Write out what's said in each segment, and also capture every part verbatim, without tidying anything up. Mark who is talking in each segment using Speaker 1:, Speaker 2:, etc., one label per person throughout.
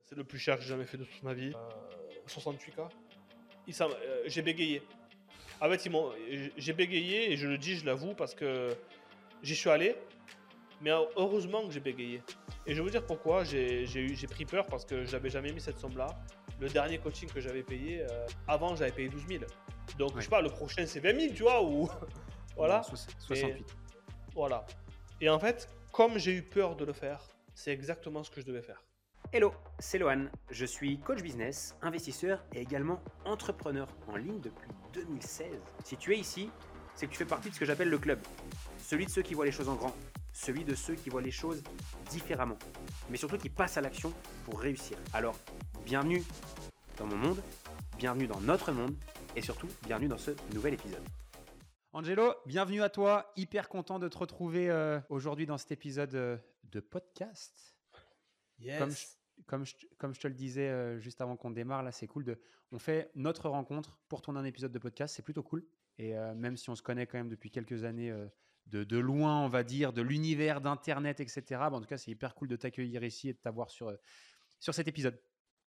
Speaker 1: C'est le plus cher que j'ai jamais fait de toute ma vie. Euh, soixante-huit K. Il s'en- euh, j'ai bégayé. En fait, ils m'ont- j'ai bégayé et je le dis, je l'avoue, parce que j'y suis allé. Mais heureusement que j'ai bégayé. Et je vais vous dire pourquoi j'ai, j'ai, eu- j'ai pris peur, parce que j'avais jamais mis cette somme-là. Le dernier coaching que j'avais payé, euh, avant j'avais payé douze mille. Donc je
Speaker 2: Ouais.
Speaker 1: sais pas, le prochain c'est vingt mille, tu vois, ou voilà.
Speaker 2: Non, soix-
Speaker 1: Mais
Speaker 2: soixante-huit.
Speaker 1: voilà. Et en fait, comme j'ai eu peur de le faire, c'est exactement ce que je devais faire.
Speaker 3: Hello, c'est Lohan. Je suis coach business, investisseur et également entrepreneur en ligne depuis deux mille seize. Si tu es ici, c'est que tu fais partie de ce que j'appelle le club. Celui de ceux qui voient les choses en grand. Celui de ceux qui voient les choses différemment. Mais surtout qui passent à l'action pour réussir. Alors, bienvenue dans mon monde, bienvenue dans notre monde et surtout, bienvenue dans ce nouvel épisode.
Speaker 2: Angelo, bienvenue à toi. Hyper content de te retrouver euh, aujourd'hui dans cet épisode euh, de podcast.
Speaker 1: Yes.
Speaker 2: Comme je, comme, je, comme je te le disais euh, juste avant qu'on démarre, là, c'est cool. De, on fait notre rencontre pour tourner un épisode de podcast. C'est plutôt cool. Et euh, même si on se connaît quand même depuis quelques années euh, de, de loin, on va dire, de l'univers d'Internet, et cetera. Bah, en tout cas, c'est hyper cool de t'accueillir ici et de t'avoir sur, euh, sur cet épisode.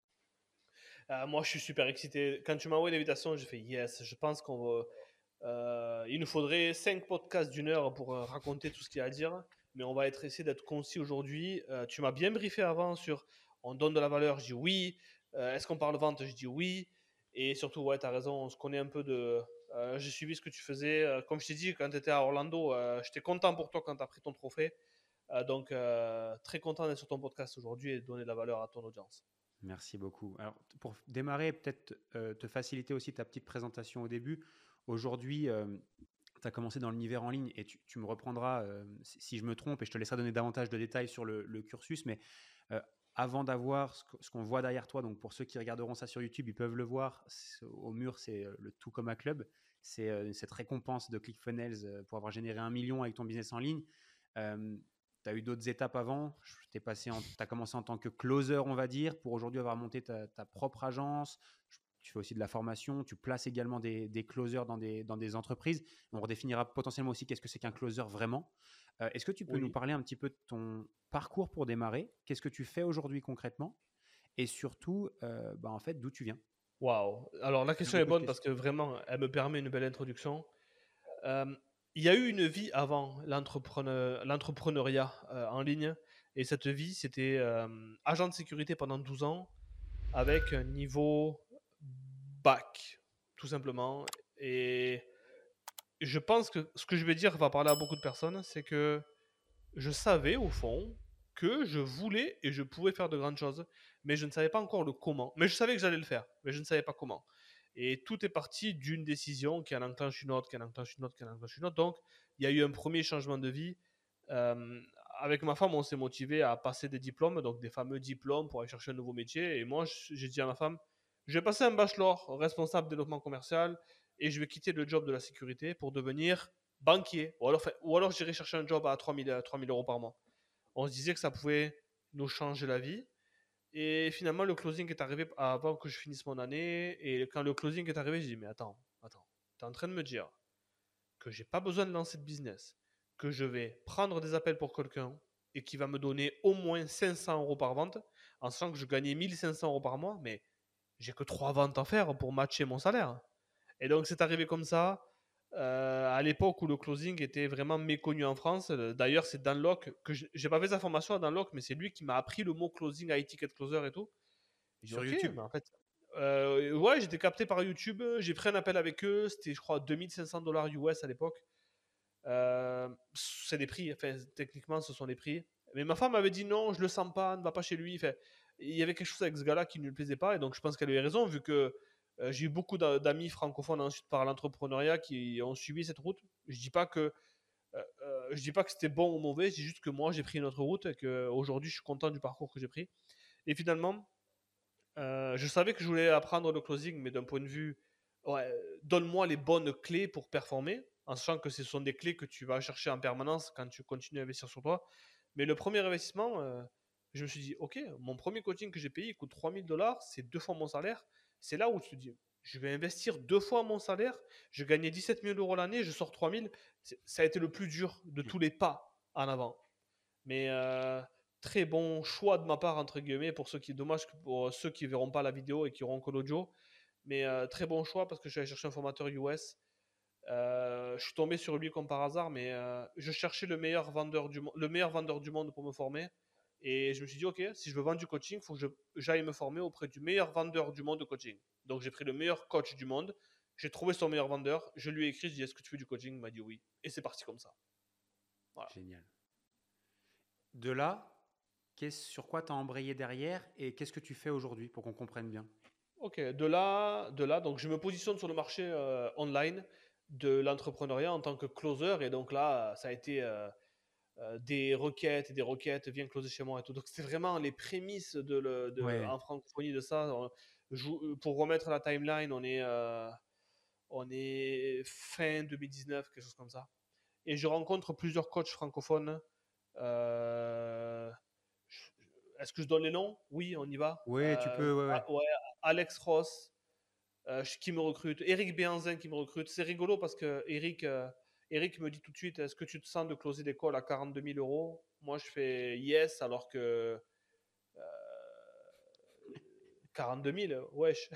Speaker 1: Euh, moi, je suis super excité. Quand tu m'as envoyé l'invitation, j'ai fait yes. Je pense qu'on va. Euh, il nous faudrait cinq podcasts d'une heure pour euh, raconter tout ce qu'il y a à dire, mais on va être, essayer d'être concis aujourd'hui. Euh, tu m'as bien briefé avant sur on donne de la valeur, je dis oui. Euh, est-ce qu'on parle vente, je dis oui. Et surtout, ouais, tu as raison, on se connaît un peu de. Euh, j'ai suivi ce que tu faisais. Euh, comme je t'ai dit, quand tu étais à Orlando, euh, j'étais content pour toi quand tu as pris ton trophée. Euh, donc, euh, très content d'être sur ton podcast aujourd'hui et de donner de la valeur à ton audience.
Speaker 2: Merci beaucoup. Alors, pour démarrer, peut-être euh, te faciliter aussi ta petite présentation au début. Aujourd'hui, euh, tu as commencé dans l'univers en ligne et tu, tu me reprendras euh, si, si je me trompe et je te laisserai donner davantage de détails sur le, le cursus. Mais euh, avant d'avoir ce, ce qu'on voit derrière toi, donc pour ceux qui regarderont ça sur YouTube, ils peuvent le voir. Au mur, c'est le Tout Comme à Club. C'est euh, cette récompense de ClickFunnels euh, pour avoir généré un million avec ton business en ligne. Euh, tu as eu d'autres étapes avant. Tu as commencé en tant que closer, on va dire, pour aujourd'hui avoir monté ta, ta propre agence. Tu fais aussi de la formation. Tu places également des, des closers dans des, dans des entreprises. On redéfinira potentiellement aussi qu'est-ce que c'est qu'un closer vraiment. Euh, est-ce que tu peux
Speaker 1: Oui.
Speaker 2: nous parler un petit peu de ton parcours pour démarrer? Qu'est-ce que tu fais aujourd'hui concrètement? Et surtout, euh, bah, en fait, d'où tu viens?
Speaker 1: Waouh. Alors la question est bonne parce que vraiment, elle me permet une belle introduction. Euh, il y a eu une vie avant l'entrepreneur, l'entrepreneuriat euh, en ligne. Et cette vie, c'était euh, agent de sécurité pendant douze ans avec un niveau bac, tout simplement. Et je pense que ce que je vais dire va parler à beaucoup de personnes, c'est que je savais au fond que je voulais et je pouvais faire de grandes choses, mais je ne savais pas encore le comment. Mais je savais que j'allais le faire, mais je ne savais pas comment. Et tout est parti d'une décision qui en enclenche une autre, qui en enclenche une autre, qui en enclenche une autre. Donc, il y a eu un premier changement de vie. Euh, avec ma femme, on s'est motivé à passer des diplômes, donc des fameux diplômes pour aller chercher un nouveau métier. Et moi, j'ai dit à ma femme, je vais passer un bachelor responsable développement commercial et je vais quitter le job de la sécurité pour devenir banquier. Ou alors, ou alors j'irai chercher un job à trois mille euros par mois. On se disait que ça pouvait nous changer la vie. Et finalement, le closing est arrivé avant que je finisse mon année. Et quand le closing est arrivé, j'ai dit, mais attends, attends, tu es en train de me dire que j'ai pas besoin de lancer de business, que je vais prendre des appels pour quelqu'un et qui va me donner au moins cinq cents euros par vente, en sachant que je gagnais mille cinq cents euros par mois, mais j'ai que trois ventes à faire pour matcher mon salaire. Et donc, c'est arrivé comme ça. Euh, à l'époque où le closing était vraiment méconnu en France. D'ailleurs, c'est Danlock que j'ai pas fait sa formation à Danlock, mais c'est lui qui m'a appris le mot closing, high ticket closer et tout. Et
Speaker 2: Sur
Speaker 1: ok,
Speaker 2: YouTube.
Speaker 1: mais en fait, euh, ouais, j'étais capté par YouTube. J'ai pris un appel avec eux. C'était, je crois, deux mille cinq cents dollars U S à l'époque. Euh, c'est des prix. Enfin, techniquement, ce sont des prix. Mais ma femme m'avait dit non, je le sens pas, ne va pas chez lui. Enfin, il y avait quelque chose avec ce gars-là qui ne lui plaisait pas. Et donc, je pense qu'elle avait raison, vu que euh, j'ai eu beaucoup d'amis francophones ensuite par l'entrepreneuriat qui ont suivi cette route. Je dis pas que euh, euh, je dis pas que c'était bon ou mauvais, c'est juste que moi j'ai pris une autre route et qu'aujourd'hui je suis content du parcours que j'ai pris. Et finalement, euh, je savais que je voulais apprendre le closing, mais d'un point de vue, ouais, donne-moi les bonnes clés pour performer, en sachant que ce sont des clés que tu vas chercher en permanence quand tu continues à investir sur toi. Mais le premier investissement, euh, je me suis dit, ok, mon premier coaching que j'ai payé, il coûte trois mille dollars, c'est deux fois mon salaire. C'est là où tu te dis, je vais investir deux fois mon salaire, je gagnais dix-sept mille euros l'année, je sors trois mille. Ça a été le plus dur de tous les pas en avant. Mais euh, très bon choix de ma part, entre guillemets, pour ceux qui, dommage que pour ceux qui verront pas la vidéo et qui auront que l'audio. Mais euh, très bon choix parce que je suis allé chercher un formateur U S. Euh, je suis tombé sur lui comme par hasard, mais euh, je cherchais le meilleur vendeur du monde, le meilleur vendeur du monde pour me former. Et je me suis dit, ok, si je veux vendre du coaching, il faut que je- j'aille me former auprès du meilleur vendeur du monde de coaching. Donc j'ai pris le meilleur coach du monde, j'ai trouvé son meilleur vendeur, je lui ai écrit, je lui ai dit, est-ce que tu fais du coaching? Il m'a dit oui. Et c'est parti comme ça. Voilà.
Speaker 2: Génial. De là, qu'est-ce, sur quoi tu as embrayé derrière et qu'est-ce que tu fais aujourd'hui pour qu'on comprenne bien?
Speaker 1: Ok, de là, de là, donc je me positionne sur le marché euh, online de l'entrepreneuriat en tant que closer. Et donc là, ça a été euh, euh, des requêtes et des requêtes, viens closer chez moi et tout. Donc c'était vraiment les prémices de, le, de
Speaker 2: Ouais,
Speaker 1: en francophonie de ça. On- je- pour remettre la timeline, on est, euh, on est fin deux mille dix-neuf, quelque chose comme ça. Et je rencontre plusieurs coachs francophones. Euh, je- Est-ce que je donne les noms? Oui, on y va.
Speaker 2: ouais, tu
Speaker 1: Euh,
Speaker 2: peux, ouais,
Speaker 1: ah,
Speaker 2: ouais.
Speaker 1: ouais, Alex Ross, euh, qui me recrute. Eric Béanzin qui me recrute. C'est rigolo parce que Eric, euh, Eric me dit tout de suite, est-ce que tu te sens de closer des calls à quarante-deux mille euros? Moi, je fais yes, alors que euh, quarante-deux mille, wesh.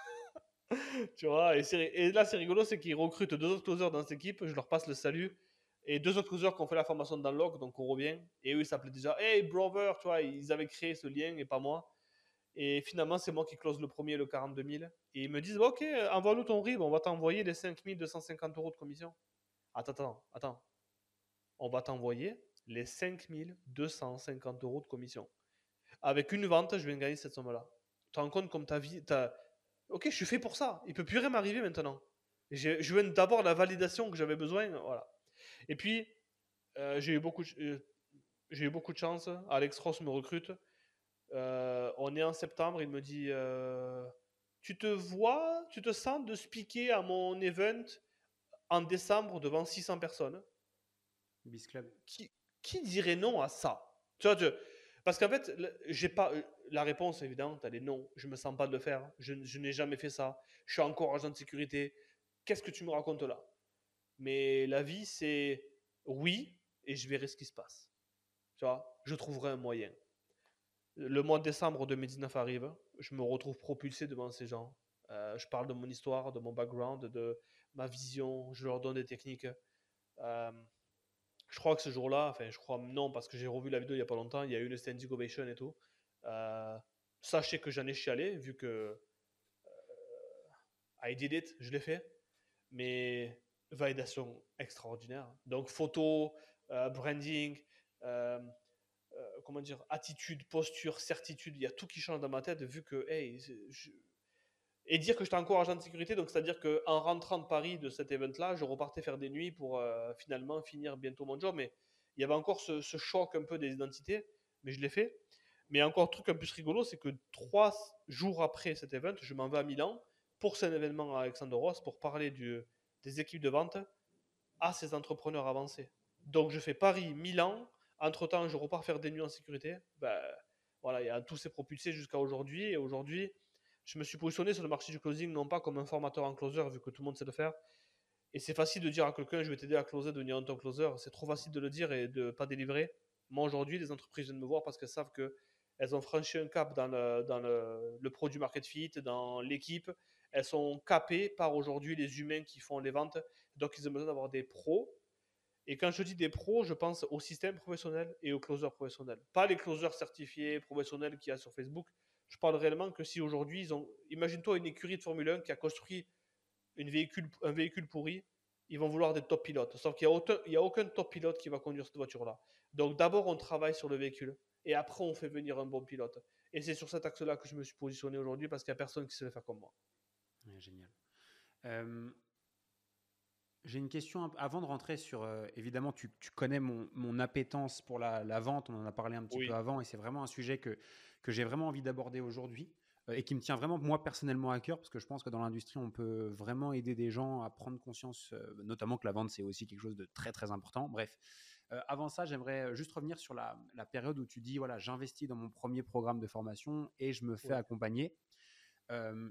Speaker 1: Tu vois, et, c'est- et là, c'est rigolo, c'est qu'il recrute deux autres closers dans cette équipe. Je leur passe le salut. Et deux autres closers qui ont fait la formation dans le log, donc on revient. Et eux, ils s'appelaient déjà Hey Brother, tu vois, ils avaient créé ce lien et pas moi. Et finalement, c'est moi qui close le premier, le quarante-deux mille. Et ils me disent, ok, envoie-nous ton R I B, on va t'envoyer les cinq mille deux cent cinquante euros de commission. Attends, attends, attends. On va t'envoyer les cinq mille deux cent cinquante euros de commission. Avec une vente, je viens de gagner cette somme-là. Tu te rends compte comme ta vie. T'as... Ok, je suis fait pour ça. Il peut plus rien m'arriver maintenant. J'ai- je viens d'avoir la validation que j'avais besoin. Voilà. Et puis, euh, j'ai eu beaucoup de, euh, j'ai eu beaucoup de chance. Alex Ross me recrute. Euh, on est en septembre. Il me dit euh, tu te vois, tu te sens de speaker à mon event en décembre devant six cents personnes?
Speaker 2: Biz Club.
Speaker 1: Qui, qui dirait non à ça? Tu vois, tu- parce qu'en fait, le- j'ai pas la réponse évidente, elle est non. Je me sens pas de le faire. Je, je n'ai jamais fait ça. Je suis encore agent de sécurité. Qu'est-ce que tu me racontes là? Mais la vie, c'est oui, et je verrai ce qui se passe. Tu vois, je trouverai un moyen. Le mois de décembre deux mille dix-neuf arrive. Je me retrouve propulsé devant ces gens. Euh, je parle de mon histoire, de mon background, de ma vision. Je leur donne des techniques. Euh, je crois que ce jour-là, enfin, je crois non, parce que j'ai revu la vidéo il n'y a pas longtemps, il y a eu une standing ovation et tout. Euh, Sachez que j'en ai chialé, vu que I did it, je l'ai fait. Mais validation extraordinaire. Donc, photo, euh, branding, euh, euh, comment dire, attitude, posture, certitude, il y a tout qui change dans ma tête, vu que, hey, je... et dire que j'étais encore agent de sécurité, donc c'est-à-dire qu'en rentrant de Paris de cet event-là, je repartais faire des nuits pour euh, finalement finir bientôt mon job. Mais il y avait encore ce, ce choc un peu des identités, mais je l'ai fait. Mais encore un truc un plus rigolo, c'est que trois jours après cet event, je m'en vais à Milan pour cet événement à Alexandre Ross pour parler du, des équipes de vente à ces entrepreneurs avancés. Donc je fais Paris-Milan. Entre-temps, je repars faire des nuits en sécurité. Ben, voilà, il y a tout s'est propulsé jusqu'à aujourd'hui. Et aujourd'hui, je me suis positionné sur le marché du closing, non pas comme un formateur en closer, vu que tout le monde sait le faire. Et c'est facile de dire à quelqu'un, je vais t'aider à closer, devenir un top closer. C'est trop facile de le dire et de ne pas délivrer. Moi, aujourd'hui, les entreprises viennent me voir parce qu'elles savent qu'elles ont franchi un cap dans le, dans le, le produit market fit, dans l'équipe. Elles sont capées par aujourd'hui les humains qui font les ventes. Donc, ils ont besoin d'avoir des pros. Et quand je dis des pros, je pense au système professionnel et aux closers professionnels. Pas les closers certifiés professionnels qu'il y a sur Facebook. Je parle réellement que si aujourd'hui, ils ont. Imagine-toi une écurie de Formule un qui a construit une véhicule, un véhicule pourri, ils vont vouloir des top pilotes. Sauf qu'il n'y a, aucun, il y a aucun top pilote qui va conduire cette voiture-là. Donc d'abord, on travaille sur le véhicule et après, on fait venir un bon pilote. Et c'est sur cet axe-là que je me suis positionné aujourd'hui parce qu'il n'y a personne qui sait le faire comme moi.
Speaker 2: Ouais, génial. Euh, J'ai une question avant de rentrer sur. Euh, évidemment, tu, tu connais mon, mon appétence pour la, la vente, on en a parlé un petit peu
Speaker 1: Oui.
Speaker 2: avant, et c'est vraiment un sujet que, que j'ai vraiment envie d'aborder aujourd'hui euh, et qui me tient vraiment, moi, personnellement à cœur, parce que je pense que dans l'industrie, on peut vraiment aider des gens à prendre conscience, euh, notamment que la vente, c'est aussi quelque chose de très, très important. Bref, euh, avant ça, j'aimerais juste revenir sur la, la période où tu dis voilà, j'investis dans mon premier programme de formation et je me fais
Speaker 1: Ouais.
Speaker 2: accompagner. Euh,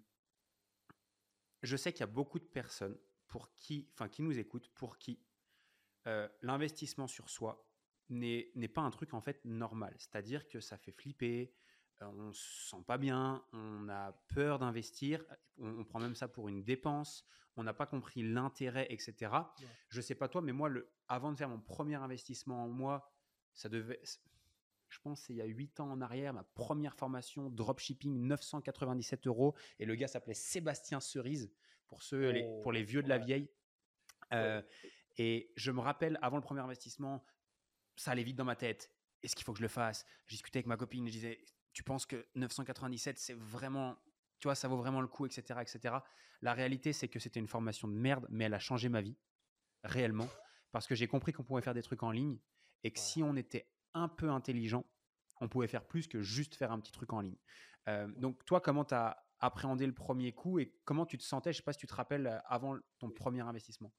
Speaker 2: je sais qu'il y a beaucoup de personnes pour qui, enfin, qui nous écoutent, pour qui euh, l'investissement sur soi, n'est, n'est pas un truc en fait normal. C'est-à-dire que ça fait flipper, euh, on se sent pas bien, on a peur d'investir, on, on prend même ça pour une dépense, on n'a pas compris l'intérêt, et cetera.
Speaker 1: Ouais.
Speaker 2: Je sais pas toi, mais moi, le, avant de faire mon premier investissement en moi, ça devait, je pense c'est il y a huit ans en arrière, ma première formation dropshipping, neuf cent quatre-vingt-dix-sept euros, et le gars s'appelait Sébastien Cerise, pour, ceux, les, pour les
Speaker 1: Oh,
Speaker 2: vieux de la
Speaker 1: ouais,
Speaker 2: vieille. Euh,
Speaker 1: ouais.
Speaker 2: et je me rappelle, avant le premier investissement, ça allait vite dans ma tête. Est-ce qu'il faut que je le fasse? Je discutais avec ma copine, je disais, tu penses que neuf cent quatre-vingt-dix-sept, c'est vraiment, tu vois, ça vaut vraiment le coup, et cetera, et cetera. La réalité, c'est que c'était une formation de merde, mais elle a changé ma vie, réellement, parce que j'ai compris qu'on pouvait faire des trucs en ligne et que
Speaker 1: Ouais.
Speaker 2: si on était un peu intelligent, on pouvait faire plus que juste faire un petit truc en ligne. Euh, donc, toi, comment tu as appréhendé le premier coup et comment tu te sentais? Je ne sais pas si tu te rappelles avant ton premier investissement.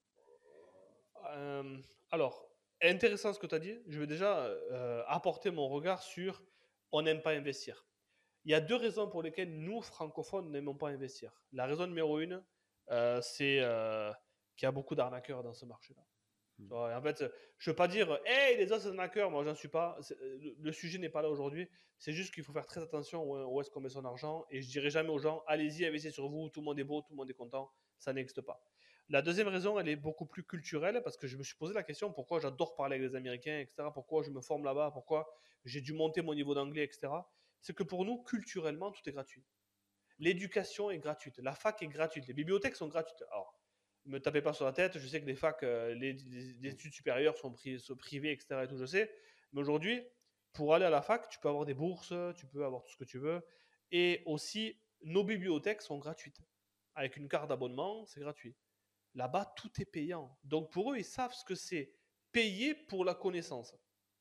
Speaker 1: Euh, alors, intéressant ce que tu as dit. Je vais déjà euh, apporter mon regard sur on n'aime pas investir. Il y a deux raisons pour lesquelles nous, francophones, n'aimons pas investir. La raison numéro une, euh, c'est euh, qu'il y a beaucoup d'arnaqueurs dans ce marché-là.
Speaker 2: Hmm.
Speaker 1: Tu vois, en fait, je ne veux pas dire hey, les autres, c'est arnaqueurs, moi, j'en suis pas. Le, le sujet n'est pas là aujourd'hui. C'est juste qu'il faut faire très attention où, où est-ce qu'on met son argent. Et je dirais jamais aux gens allez-y, investissez sur vous, tout le monde est beau, tout le monde est content. Ça n'existe pas. La deuxième raison, elle est beaucoup plus culturelle parce que je me suis posé la question pourquoi j'adore parler avec les Américains, et cetera. Pourquoi je me forme là-bas, pourquoi j'ai dû monter mon niveau d'anglais, et cetera. C'est que pour nous, culturellement, tout est gratuit. L'éducation est gratuite, la fac est gratuite, les bibliothèques sont gratuites. Alors, ne me tapez pas sur la tête, je sais que les facs, euh, les, les- les études supérieures sont, pri- sont privées, et cetera. Et tout, je sais. Mais aujourd'hui, pour aller à la fac, tu peux avoir des bourses, tu peux avoir tout ce que tu veux. Et aussi, nos bibliothèques sont gratuites. Avec une carte d'abonnement, c'est gratuit. Là-bas, tout est payant. Donc pour eux, ils savent ce que c'est payer pour la connaissance.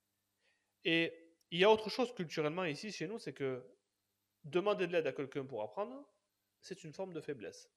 Speaker 1: Et il y a autre chose culturellement ici chez nous, c'est que demander de l'aide à quelqu'un pour apprendre, c'est une forme de faiblesse.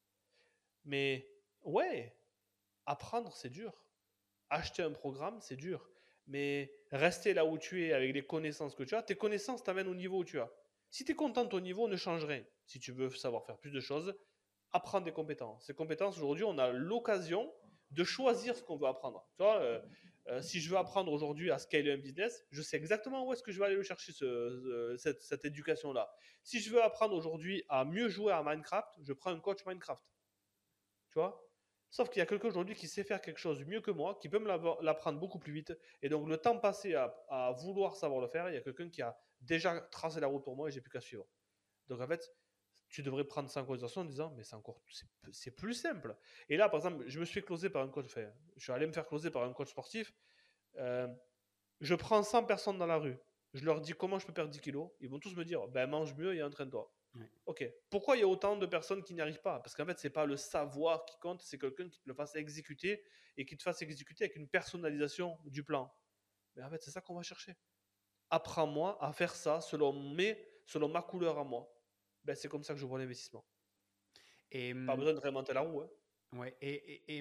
Speaker 1: Mais ouais, apprendre, c'est dur. Acheter un programme, c'est dur. Mais rester là où tu es avec les connaissances que tu as, tes connaissances t'amènent au niveau où tu as. Si tu es content de ton niveau, ne change rien. Si tu veux savoir faire plus de choses, apprends des compétences. Ces compétences, aujourd'hui, on a l'occasion de choisir ce qu'on veut apprendre. Tu vois, euh, euh, si je veux apprendre aujourd'hui à scaler un business, je sais exactement où est-ce que je vais aller le chercher, ce, ce, cette, cette éducation-là. Si je veux apprendre aujourd'hui à mieux jouer à Minecraft, je prends un coach Minecraft. Tu vois? Sauf qu'il y a quelqu'un aujourd'hui qui sait faire quelque chose mieux que moi, qui peut me l'apprendre beaucoup plus vite. Et donc, le temps passé à, à vouloir savoir le faire, il y a quelqu'un qui a déjà tracé la route pour moi et j'ai plus qu'à suivre. Donc, en fait, tu devrais prendre ça en considération en disant, mais c'est encore, c'est, c'est plus simple. Et là, par exemple, je me suis fait closer par un coach, enfin, je suis allé me faire closer par un coach sportif. Euh, je prends cent personnes dans la rue. Je leur dis comment je peux perdre dix kilos. Ils vont tous me dire, ben mange mieux et entraîne-toi.
Speaker 2: Ouais.
Speaker 1: Ok. Pourquoi il y a autant de personnes qui n'y arrivent pas? Parce qu'en fait, c'est pas le savoir qui compte, c'est quelqu'un qui te le fasse exécuter et qui te fasse exécuter avec une personnalisation du plan. Mais en fait, c'est ça qu'on va chercher. Apprends-moi à faire ça selon, mes, selon ma couleur à moi. Ben, c'est comme ça que je vois l'investissement.
Speaker 2: Et,
Speaker 1: Pas besoin de réinventer la roue. Hein.
Speaker 2: ouais, et, et, et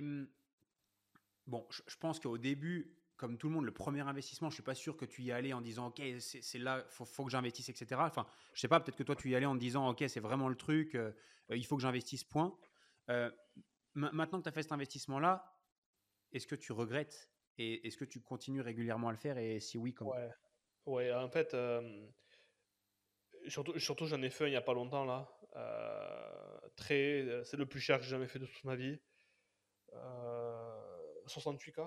Speaker 2: bon, je, je pense qu'au début, comme tout le monde, le premier investissement, je suis pas sûr que tu y allais en disant ok, c'est, c'est là, faut, faut que j'investisse, et cetera. Enfin, je sais pas, peut-être que toi tu y allais en te disant ok, c'est vraiment le truc, euh, il faut que j'investisse, point. Euh, ma- maintenant que tu as fait cet investissement-là, est-ce que tu regrettes et est-ce que tu continues régulièrement à le faire et si oui, comment?
Speaker 1: Ouais. Ouais, en fait, euh, surtout, surtout j'en ai fait un il n'y a pas longtemps là. Euh, très, c'est le plus cher que j'ai jamais fait de toute ma vie. Euh, soixante-huit K.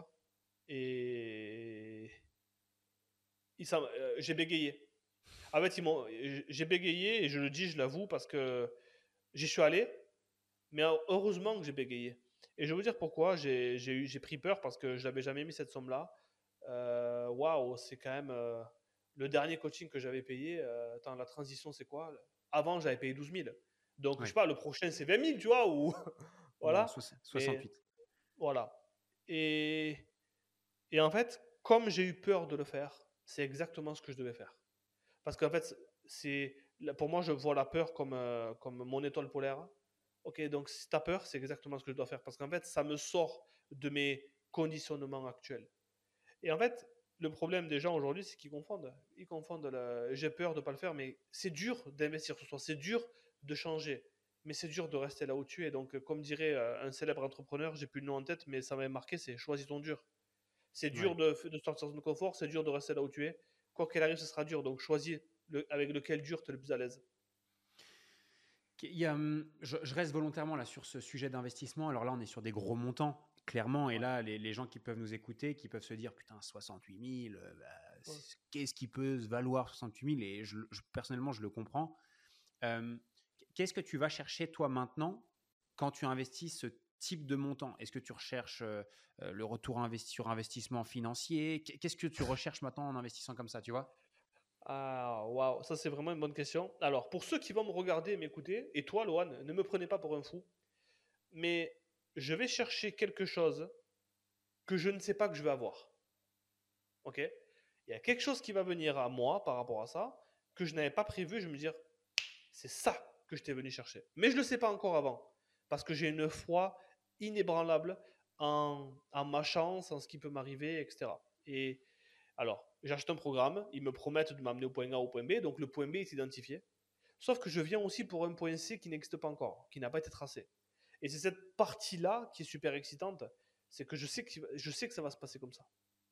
Speaker 1: Et il euh, j'ai bégayé. En fait, ils m'ont, j'ai bégayé et je le dis, je l'avoue, parce que j'y suis allé, mais heureusement que j'ai bégayé. Et je vais vous dire pourquoi j'ai, j'ai, eu, j'ai pris peur parce que je n'avais jamais mis cette somme-là. Euh, Waouh, wow, c'est quand même euh, le dernier coaching que j'avais payé. Euh, attends, la transition, c'est quoi? Avant, j'avais payé douze mille. Donc, je
Speaker 2: Ouais.
Speaker 1: sais pas, le prochain, c'est vingt mille, tu vois, ou
Speaker 2: Non,
Speaker 1: voilà. Mais
Speaker 2: soixante-huit.
Speaker 1: voilà. Et, et en fait, comme j'ai eu peur de le faire, c'est exactement ce que je devais faire. Parce qu'en fait, c'est, pour moi, je vois la peur comme, euh, comme mon étoile polaire. Ok, donc si tu as peur, c'est exactement ce que je dois faire. Parce qu'en fait, ça me sort de mes conditionnements actuels. Et en fait, le problème des gens aujourd'hui, c'est qu'ils confondent. Ils confondent le, j'ai peur de ne pas le faire, mais c'est dur d'investir sur soi. C'est dur de changer. Mais c'est dur de rester là où tu es. Donc, comme dirait un célèbre entrepreneur, j'ai plus le nom en tête, mais ça m'avait marqué, c'est choisis ton dur. C'est dur
Speaker 2: Ouais.
Speaker 1: de, de sortir de son confort, c'est dur de rester là où tu es. Quoi qu'il arrive, ce sera dur. Donc choisis le, avec lequel dur tu es le plus à l'aise.
Speaker 2: Il y a, hum, je, je reste volontairement là sur ce sujet d'investissement. Alors là, on est sur des gros montants, clairement. Et
Speaker 1: Ouais.
Speaker 2: là, les, les gens qui peuvent nous écouter, qui peuvent se dire, putain, soixante-huit mille, euh, bah,
Speaker 1: Ouais.
Speaker 2: c'est- qu'est-ce qui peut se valoir soixante-huit mille? Et je, je- personnellement, je le comprends. Euh, Qu'est-ce que tu vas chercher toi maintenant quand tu investis ce type de montant? Est-ce que tu recherches euh, euh, le retour investi sur investissement financier? Qu'est- Qu'est-ce que tu recherches maintenant en investissant comme ça, tu vois?
Speaker 1: Ah, waouh, ça c'est vraiment une bonne question. Alors, pour ceux qui vont me regarder et m'écouter, et toi, Lohan, ne me prenez pas pour un fou, mais je vais chercher quelque chose que je ne sais pas que je vais avoir. Ok? Il y a quelque chose qui va venir à moi par rapport à ça que je n'avais pas prévu. Je vais me dire, c'est ça que je t'ai venu chercher. Mais je ne le sais pas encore avant parce que j'ai une foi inébranlable en, en ma chance, en ce qui peut m'arriver, et cetera. Et alors, j'achète un programme, ils me promettent de m'amener au point A au point B, donc le point B est identifié. Sauf que je viens aussi pour un point C qui n'existe pas encore, qui n'a pas été tracé. Et c'est cette partie-là qui est super excitante, c'est que je sais que, je sais que ça va se passer comme ça.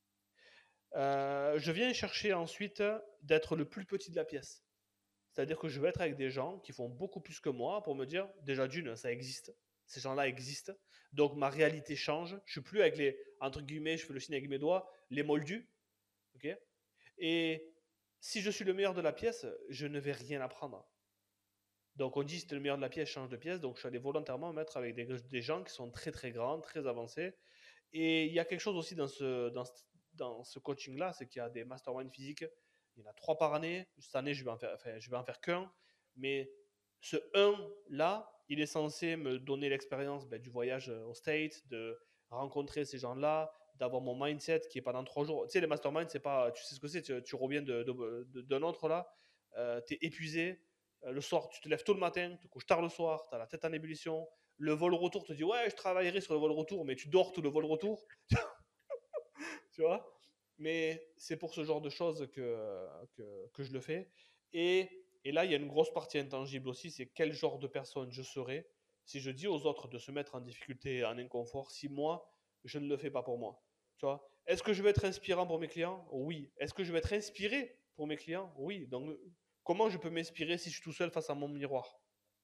Speaker 1: Euh, je viens chercher ensuite d'être le plus petit de la pièce. C'est-à-dire que je vais être avec des gens qui font beaucoup plus que moi pour me dire, déjà d'une, ça existe. Ces gens-là existent. Donc ma réalité change. Je ne suis plus avec les, entre guillemets, je fais le signe avec mes doigts, les moldus. Okay, et si je suis le meilleur de la pièce, je ne vais rien apprendre. Donc on dit si tu es le meilleur de la pièce, change de pièce. Donc je suis allé volontairement me mettre avec des, des gens qui sont très très grands, très avancés. Et il y a quelque chose aussi dans ce, dans ce, dans ce coaching-là, c'est qu'il y a des masterminds physiques. Il y en a trois par année. Cette année, je vais en faire, enfin, je vais en faire qu'un. Mais ce un-là, il est censé me donner l'expérience ben, du voyage au States, de rencontrer ces gens-là, d'avoir mon mindset qui est pendant trois jours. Tu sais, les masterminds, c'est pas, tu sais ce que c'est, tu, tu reviens de, de, de, d'un autre là, euh, tu es épuisé. Euh, le soir, tu te lèves tôt le matin, tu te couches tard le soir, tu as la tête en ébullition. Le vol retour te dit ouais, je travaillerai sur le vol retour, mais tu dors tout le vol retour, tu vois. Mais c'est pour ce genre de choses que, que, que je le fais. Et, et là, il y a une grosse partie intangible aussi, c'est quel genre de personne je serai si je dis aux autres de se mettre en difficulté, en inconfort, si moi, je ne le fais pas pour moi. Tu vois. Est-ce que je vais être inspirant pour mes clients? Oui. Est-ce que je vais être inspiré pour mes clients? Oui. Donc, comment je peux m'inspirer si je suis tout seul face à mon miroir?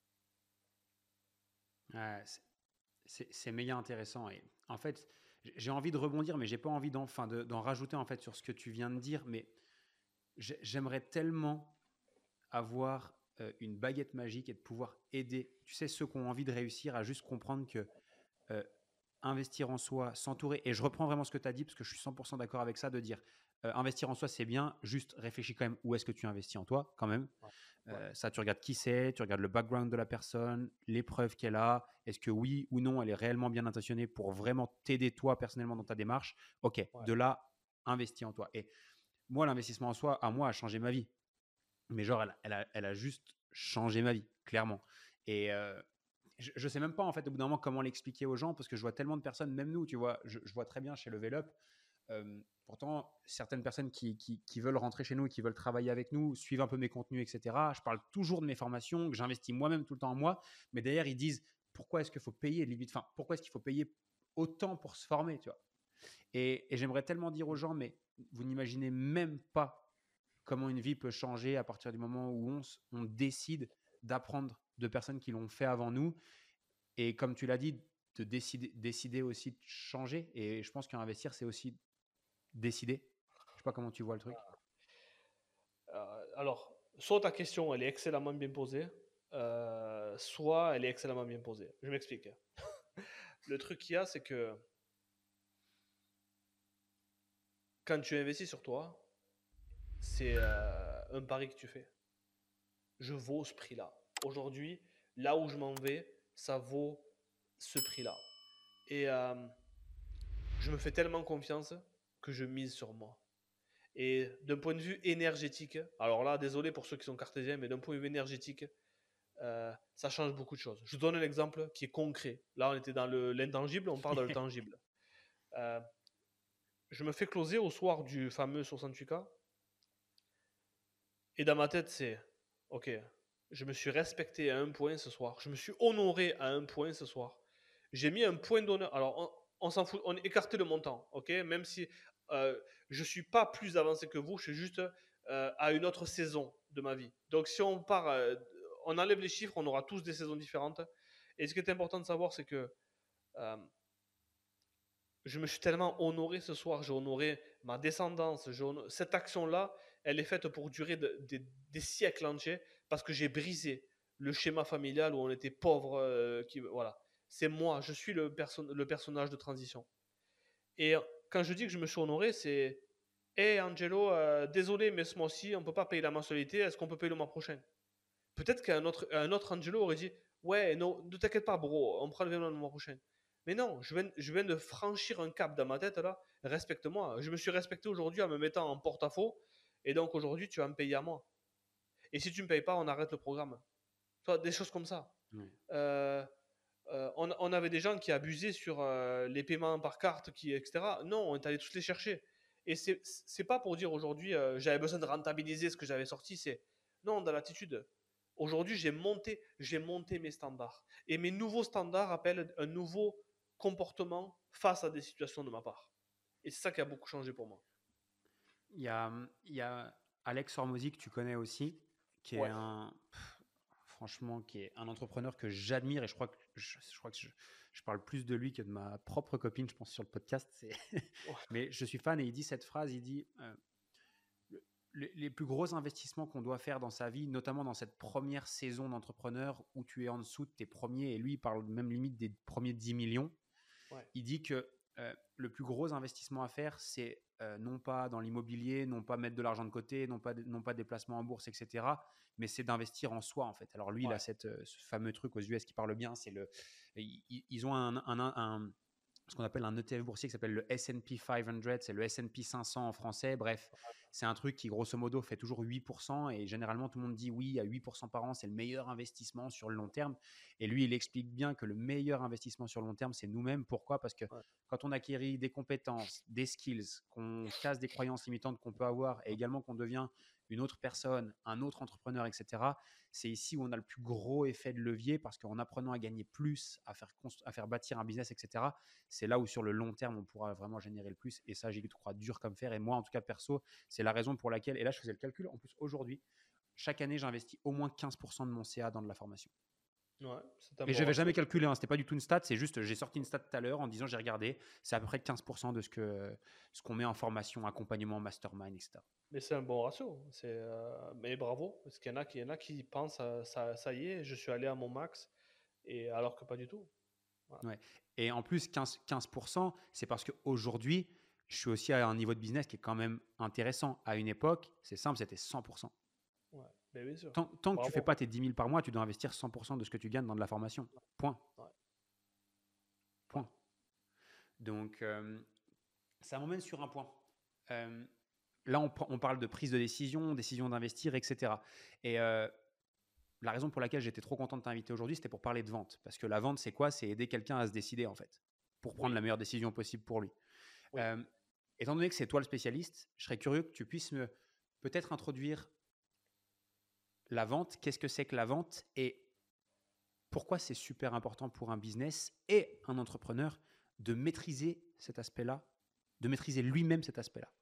Speaker 2: Ouais, c'est- c'est c'est méga intéressant. Et en fait, j- j'ai envie de rebondir, mais j'ai pas envie d'en, enfin, de- d'en rajouter en fait sur ce que tu viens de dire. Mais j'ai- j'aimerais tellement avoir euh, une baguette magique et de pouvoir aider, tu sais, ceux qui ont envie de réussir à juste comprendre que euh, investir en soi, s'entourer, et je reprends vraiment ce que tu as dit parce que je suis cent pour cent d'accord avec ça, de dire euh, investir en soi c'est bien, juste réfléchis quand même où est-ce que tu investis en toi quand même.
Speaker 1: Ouais. Ouais.
Speaker 2: Euh, ça, tu regardes qui c'est, tu regardes le background de la personne, les preuves qu'elle a, est-ce que oui ou non elle est réellement bien intentionnée pour vraiment t'aider toi personnellement dans ta démarche. Ok,
Speaker 1: Ouais.
Speaker 2: de là, investis en toi. Et moi, l'investissement en soi, à moi, a changé ma vie. Mais genre, elle, elle, a, elle a juste changé ma vie, clairement. Et euh, je, je sais même pas, en fait, au bout d'un moment, comment l'expliquer aux gens, parce que je vois tellement de personnes, même nous, tu vois, je, je vois très bien chez Level Up. Euh, pourtant, certaines personnes qui, qui, qui veulent rentrer chez nous et qui veulent travailler avec nous suivent un peu mes contenus, et cetera. Je parle toujours de mes formations, que j'investis moi-même tout le temps en moi, mais d'ailleurs, ils disent pourquoi est-ce qu'il faut payer limite, enfin, pourquoi est-ce qu'il faut payer autant pour se former, tu vois. Et, et j'aimerais tellement dire aux gens, mais vous n'imaginez même pas comment une vie peut changer à partir du moment où on, on décide d'apprendre de personnes qui l'ont fait avant nous. Et comme tu l'as dit, de décider, décider aussi de changer. Et je pense qu'investir, c'est aussi décider. Je sais pas comment tu vois le truc.
Speaker 1: Euh, alors, soit ta question, elle est excellemment bien posée, euh, soit elle est excellemment bien posée. Je m'explique. Le truc qu'il y a, c'est que quand tu investis sur toi, c'est euh, un pari que tu fais. Je vaux ce prix-là. Aujourd'hui, là où je m'en vais, ça vaut ce prix-là. Et euh, je me fais tellement confiance que je mise sur moi. Et d'un point de vue énergétique, alors là, désolé pour ceux qui sont cartésiens, mais d'un point de vue énergétique, euh, ça change beaucoup de choses. Je vous donne un exemple qui est concret. Là, on était dans le, l'intangible, on parle dans le tangible. Euh, je me fais closer au soir du fameux soixante-huit K. Et dans ma tête, c'est ok, je me suis respecté à un point ce soir. Je me suis honoré à un point ce soir. J'ai mis un point d'honneur. Alors, on, on s'en fout, on écartait le montant, ok. Même si euh, je ne suis pas plus avancé que vous, je suis juste euh, à une autre saison de ma vie. Donc si on part, euh, on enlève les chiffres, on aura tous des saisons différentes. Et ce qui est important de savoir, c'est que euh, je me suis tellement honoré ce soir, j'ai honoré ma descendance. Honoré... Cette action-là, elle est faite pour durer de, de, des siècles entiers parce que j'ai brisé le schéma familial où on était pauvre. Euh, qui, voilà. C'est moi, je suis le, perso le personnage de transition. Et quand je dis que je me suis honoré, c'est hé hey Angelo, euh, désolé, mais ce mois-ci, on ne peut pas payer la mensualité, est-ce qu'on peut payer le mois prochain? Peut-être qu'un autre, un autre Angelo aurait dit ouais, non, ne t'inquiète pas, bro, on prend le virement le mois prochain. Mais non, je viens, je viens de franchir un cap dans ma tête là, respecte-moi. Je me suis respecté aujourd'hui en me mettant en porte-à-faux, et donc aujourd'hui, tu vas me payer à moi. Et si tu ne me payes pas, on arrête le programme. Toi, des choses comme ça.
Speaker 2: Oui.
Speaker 1: Euh, euh, on, on avait des gens qui abusaient sur euh, les paiements par carte, qui, et cetera. Non, on est allé tous les chercher. Et c'est, c'est pas pour dire aujourd'hui, euh, j'avais besoin de rentabiliser ce que j'avais sorti. C'est non, dans l'attitude. Aujourd'hui, j'ai monté, j'ai monté mes standards. Et mes nouveaux standards appellent un nouveau comportement face à des situations de ma part. Et c'est ça qui a beaucoup changé pour moi.
Speaker 2: Il y a, il y a Alex Hormozy que tu connais aussi, qui est
Speaker 1: Ouais.
Speaker 2: un, pff, franchement, qui est un entrepreneur que j'admire et je crois que je, je crois que je, je parle plus de lui que de ma propre copine, je pense, sur le podcast. C'est
Speaker 1: Ouais.
Speaker 2: Mais je suis fan et il dit cette phrase, il dit euh, le, les, les plus gros investissements qu'on doit faire dans sa vie, notamment dans cette première saison d'entrepreneur où tu es en dessous de tes premiers, et lui il parle même limite des premiers dix millions,
Speaker 1: Ouais.
Speaker 2: il dit que euh, le plus gros investissement à faire, c'est euh, non pas dans l'immobilier, non pas mettre de l'argent de côté, non pas, non pas des placements en bourse, et cetera, mais c'est d'investir en soi, en fait. Alors lui,
Speaker 1: Ouais.
Speaker 2: il a cette, euh, ce fameux truc aux U S qui parle bien, c'est le, ils, ils ont un, un, un, un ce qu'on appelle un E T F boursier qui s'appelle le S and P cinq cents, c'est le S and P cinq cents en français. Bref, c'est un truc qui, grosso modo, fait toujours huit pour cent et généralement, tout le monde dit oui, à huit pour cent par an, c'est le meilleur investissement sur le long terme. Et lui, il explique bien que le meilleur investissement sur le long terme, c'est nous-mêmes. Pourquoi? Parce que
Speaker 1: Ouais.
Speaker 2: quand on acquérit des compétences, des skills, qu'on casse des croyances limitantes qu'on peut avoir et également qu'on devient une autre personne, un autre entrepreneur, et cetera, c'est ici où on a le plus gros effet de levier parce qu'en apprenant à gagner plus, à faire, à faire bâtir un business, et cetera, c'est là où sur le long terme, on pourra vraiment générer le plus. Et ça, j'y crois dur comme fer. Et moi, en tout cas, perso, c'est la raison pour laquelle, et là, je faisais le calcul, en plus, aujourd'hui, chaque année, j'investis au moins quinze pour cent de mon C A dans de la formation.
Speaker 1: Ouais, c'est un
Speaker 2: Mais
Speaker 1: bon
Speaker 2: je n'avais
Speaker 1: ratio.
Speaker 2: jamais calculé, hein, c'était pas du tout une stat, c'est juste, j'ai sorti une stat tout à l'heure en disant, j'ai regardé, c'est à peu près quinze pour cent de ce que ce qu'on met en formation, accompagnement, mastermind, et cetera.
Speaker 1: Mais c'est un bon ratio. C'est, euh, mais bravo, parce qu'il y en a qui, il y en a qui pensent, euh, ça, ça y est, je suis allé à mon max, et alors que pas du tout. Voilà.
Speaker 2: Ouais. Et en plus, quinze, quinze pour cent, c'est parce qu'aujourd'hui, je suis aussi à un niveau de business qui est quand même intéressant. À une époque, c'est simple, c'était cent pour cent.
Speaker 1: Ouais, mais bien sûr.
Speaker 2: Tant, tant que
Speaker 1: Bravo.
Speaker 2: tu ne fais pas tes dix mille par mois, tu dois investir cent pour cent de ce que tu gagnes dans de la formation. Point.
Speaker 1: Ouais.
Speaker 2: Point. Donc, euh, ça m'emmène sur un point. Euh, là, on, on parle de prise de décision, décision d'investir, et cetera. Et euh, la raison pour laquelle j'étais trop content de t'inviter aujourd'hui, c'était pour parler de vente. Parce que la vente, c'est quoi? C'est aider quelqu'un à se décider, en fait, pour prendre
Speaker 1: Oui.
Speaker 2: la meilleure décision possible pour lui.
Speaker 1: Oui.
Speaker 2: Euh, étant donné que c'est toi le spécialiste, je serais curieux que tu puisses me peut-être introduire la vente. Qu'est-ce que c'est que la vente et pourquoi c'est super important pour un business et un entrepreneur de maîtriser cet aspect-là, de maîtriser lui-même cet aspect-là.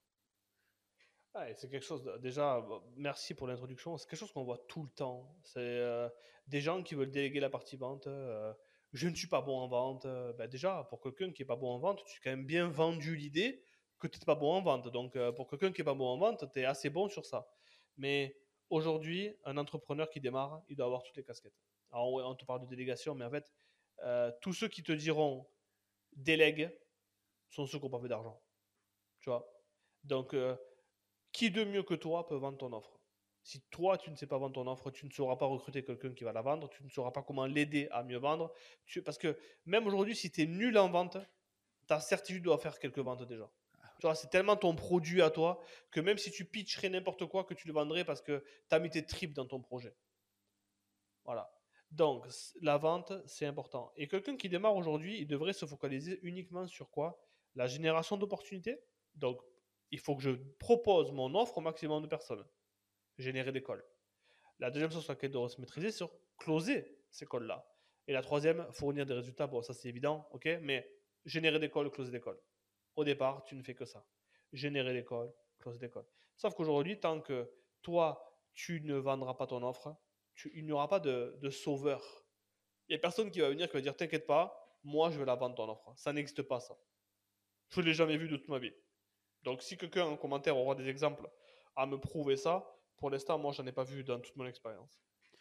Speaker 1: Ah, c'est quelque chose, de, déjà, merci pour l'introduction, c'est quelque chose qu'on voit tout le temps. C'est euh, des gens qui veulent déléguer la partie vente. Euh, je ne suis pas bon en vente. Euh, ben déjà, pour quelqu'un qui n'est pas bon en vente, tu as quand même bien vendu l'idée que tu n'es pas bon en vente. Donc, euh, pour quelqu'un qui n'est pas bon en vente, tu es assez bon sur ça. Mais aujourd'hui, un entrepreneur qui démarre, il doit avoir toutes les casquettes. Alors, on te parle de délégation, mais en fait, euh, tous ceux qui te diront délègue sont ceux qui n'ont pas fait d'argent. Tu vois? Donc, euh, qui de mieux que toi peut vendre ton offre? Si toi, tu ne sais pas vendre ton offre, tu ne sauras pas recruter quelqu'un qui va la vendre, tu ne sauras pas comment l'aider à mieux vendre. Tu, parce que même aujourd'hui, si tu es nul en vente, tu as certitude de faire quelques ventes déjà. Tu vois, c'est tellement ton produit à toi que même si tu pitcherais n'importe quoi, que tu le vendrais parce que tu as mis tes tripes dans ton projet. Voilà. Donc, la vente, c'est important. Et quelqu'un qui démarre aujourd'hui, il devrait se focaliser uniquement sur quoi? La génération d'opportunités. Donc, il faut que je propose mon offre au maximum de personnes. Générer des calls. La deuxième chose sur laquelle il doit se maîtriser, c'est sur closer ces calls-là. Et la troisième, fournir des résultats. Bon, ça c'est évident, ok, mais générer des calls, closer des calls. Au départ, tu ne fais que ça. générer l'école, close l'école. Sauf qu'aujourd'hui, tant que toi, tu ne vendras pas ton offre, tu, il n'y aura pas de, de sauveur. Il n'y a personne qui va venir qui va dire t'inquiète pas, moi je vais la vendre ton offre. Ça n'existe pas ça. Je ne l'ai jamais vu de toute ma vie. Donc si quelqu'un en commentaire aura des exemples à me prouver ça, pour l'instant moi j'en ai pas vu dans toute mon expérience.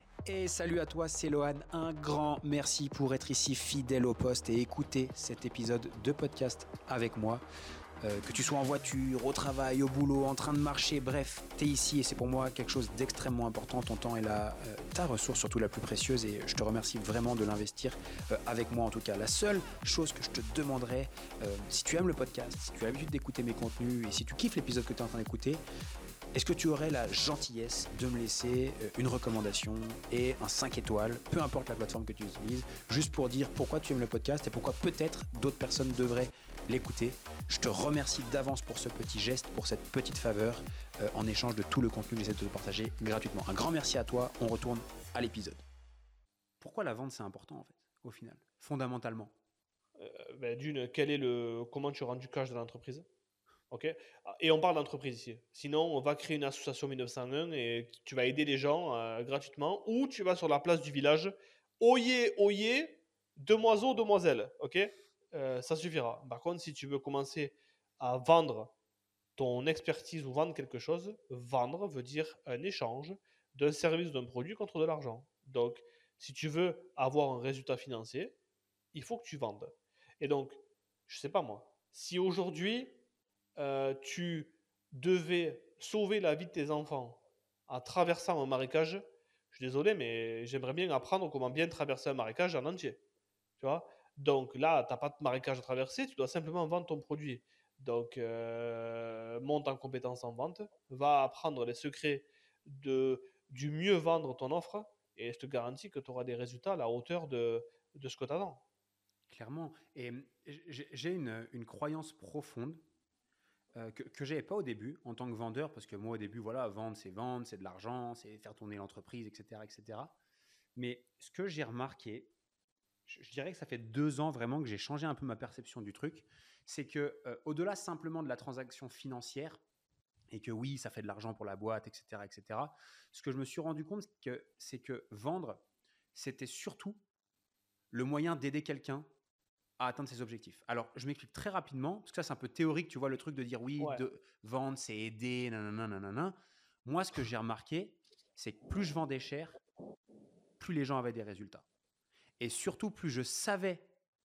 Speaker 4: Et salut à toi, c'est Lohan. Un grand merci pour être ici fidèle au poste et écouter cet épisode de podcast avec moi. Euh, que tu sois en voiture, au travail, au boulot, en train de marcher, bref, tu es ici et c'est pour moi quelque chose d'extrêmement important. Ton temps est la, euh, ta ressource surtout la plus précieuse et je te remercie vraiment de l'investir euh, avec moi en tout cas. La seule chose que je te demanderais, euh, si tu aimes le podcast, si tu as l'habitude d'écouter mes contenus et si tu kiffes l'épisode que tu es en train d'écouter, est-ce que tu aurais la gentillesse de me laisser une recommandation et un cinq étoiles, peu importe la plateforme que tu utilises, juste pour dire pourquoi tu aimes le podcast et pourquoi peut-être d'autres personnes devraient l'écouter. Je te remercie d'avance pour ce petit geste, pour cette petite faveur, euh, en échange de tout le contenu que j'essaie de te partager gratuitement. Un grand merci à toi, on retourne à l'épisode.
Speaker 2: Pourquoi la vente c'est important en fait, au final, fondamentalement?
Speaker 1: euh, ben, D'une, quel est le, comment tu rends du cash dans l'entreprise? Ok. Et on parle d'entreprise ici. Sinon, on va créer une association mille neuf cent un et tu vas aider les gens euh, gratuitement ou tu vas sur la place du village. Oyez, oyez, demoiselles, demoiselles. Ok. Euh, ça suffira. Par contre, si tu veux commencer à vendre ton expertise ou vendre quelque chose, vendre veut dire un échange d'un service ou d'un produit contre de l'argent. Donc, si tu veux avoir un résultat financier, il faut que tu vendes. Et donc, je sais pas moi, si aujourd'hui, euh, tu devais sauver la vie de tes enfants en traversant un marécage, je suis désolé, mais j'aimerais bien apprendre comment bien traverser un marécage en entier. Tu vois. Donc là, tu n'as pas de marécage à traverser, tu dois simplement vendre ton produit. Donc, euh, monte en compétence en vente, va apprendre les secrets de, du mieux vendre ton offre et je te garantis que tu auras des résultats à la hauteur de, de ce que tu attends.
Speaker 2: Clairement. Et j'ai une, une croyance profonde euh, que, que je n'avais pas au début en tant que vendeur, parce que moi au début, voilà, vendre, c'est vendre, c'est de l'argent, c'est faire tourner l'entreprise, et cetera, et cetera. Mais ce que j'ai remarqué, je, je dirais que ça fait deux ans vraiment que j'ai changé un peu ma perception du truc, c'est que euh, au-delà simplement de la transaction financière, et que oui, ça fait de l'argent pour la boîte, et cetera, et cetera, ce que je me suis rendu compte, c'est que, c'est que vendre, c'était surtout le moyen d'aider quelqu'un à atteindre ses objectifs. Alors, je m'explique très rapidement, parce que ça, c'est un peu théorique, tu vois, le truc de dire oui,
Speaker 1: Ouais.
Speaker 2: de vendre, c'est aider, nanana, nanana. Moi, ce que j'ai remarqué, c'est que plus je vendais cher, plus les gens avaient des résultats. Et surtout, plus je savais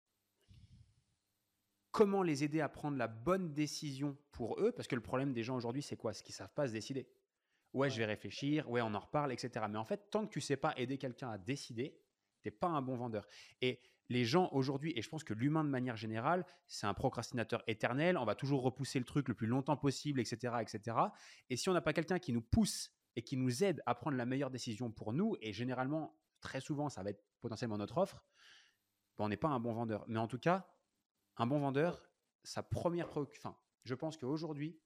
Speaker 2: comment les aider à prendre la bonne décision pour eux, parce que le problème des gens aujourd'hui, c'est quoi? C'est qu'ils ne savent pas se décider. Ouais, ouais, je vais réfléchir, ouais, on en reparle, et cetera. Mais en fait, tant que tu ne sais pas aider quelqu'un à décider, tu n'es pas un bon vendeur. Et les gens aujourd'hui, et je pense que l'humain de manière générale, c'est un procrastinateur éternel, on va toujours repousser le truc le plus longtemps possible, et cetera, et cetera. Et si on n'a pas quelqu'un qui nous pousse et qui nous aide à prendre la meilleure décision pour nous, et généralement, très souvent, ça va être potentiellement notre offre, ben on n'est pas un bon vendeur. Mais en tout cas, un bon vendeur, sa première préoccupation, enfin, je pense qu'aujourd'hui,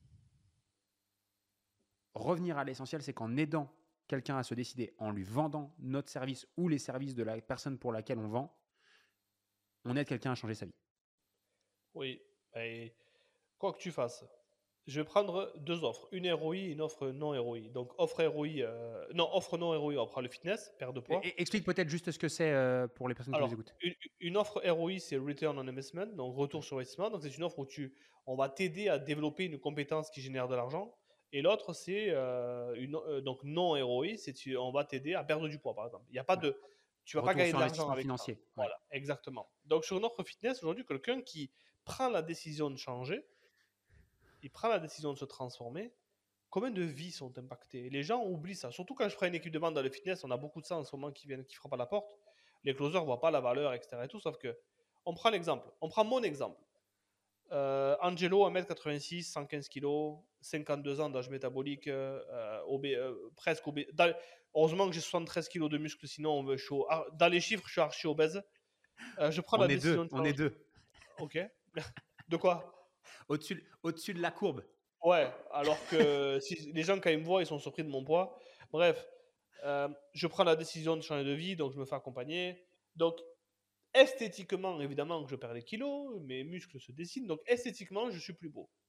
Speaker 2: revenir à l'essentiel, c'est qu'en aidant quelqu'un à se décider, en lui vendant notre service ou les services de la personne pour laquelle on vend, on aide quelqu'un à changer sa vie.
Speaker 1: Oui, et quoi que tu fasses, je vais prendre deux offres, une R O I et une offre non R O I. Donc offre R O I, euh, non, offre non R O I, on prend le fitness, perte de poids.
Speaker 2: Et, et explique peut-être juste ce que c'est euh, pour les personnes qui
Speaker 1: Alors,
Speaker 2: nous écoutent.
Speaker 1: une, une offre R O I, c'est Return on Investment, donc retour sur investissement. Donc c'est une offre où tu, on va t'aider à développer une compétence qui génère de l'argent. Et l'autre, c'est euh, une, euh, donc non R O I, c'est tu, on va t'aider à perdre du poids, par exemple. Il n'y a pas
Speaker 2: Ouais.
Speaker 1: de, tu vas
Speaker 2: Retour
Speaker 1: pas gagner
Speaker 2: sur
Speaker 1: de l'argent
Speaker 2: investissement
Speaker 1: avec ça.
Speaker 2: financier. Ouais.
Speaker 1: Voilà, exactement. Donc sur une offre fitness, aujourd'hui, quelqu'un qui prend la décision de changer, il prend la décision de se transformer. Combien de vies sont impactées? Les gens oublient ça. Surtout quand je ferai une équipe de vente dans le fitness, on a beaucoup de ça en ce moment qui viennent, qui frappent à la porte. Les closers ne voient pas la valeur, et cetera. Et tout, sauf que, on prend l'exemple. On prend mon exemple. Euh, Angelo, un mètre quatre-vingt-six, cent quinze kilos, cinquante-deux ans d'âge métabolique, euh, obé, euh, presque obèse. Dans, heureusement que j'ai soixante-treize kilos de muscles, sinon je suis au, dans les chiffres, je suis archi obèse. Euh, je prends
Speaker 2: on
Speaker 1: la
Speaker 2: est
Speaker 1: décision
Speaker 2: deux,
Speaker 1: de
Speaker 2: on est deux.
Speaker 1: Ok. De quoi?
Speaker 2: Au-dessus, au-dessus de la courbe.
Speaker 1: Ouais, alors que si, les gens, quand ils me voient, ils sont surpris de mon poids. Bref, euh, je prends la décision de changer de vie, donc je me fais accompagner. Donc, esthétiquement, évidemment, que je perds des kilos, mes muscles se dessinent, donc esthétiquement, je suis plus beau.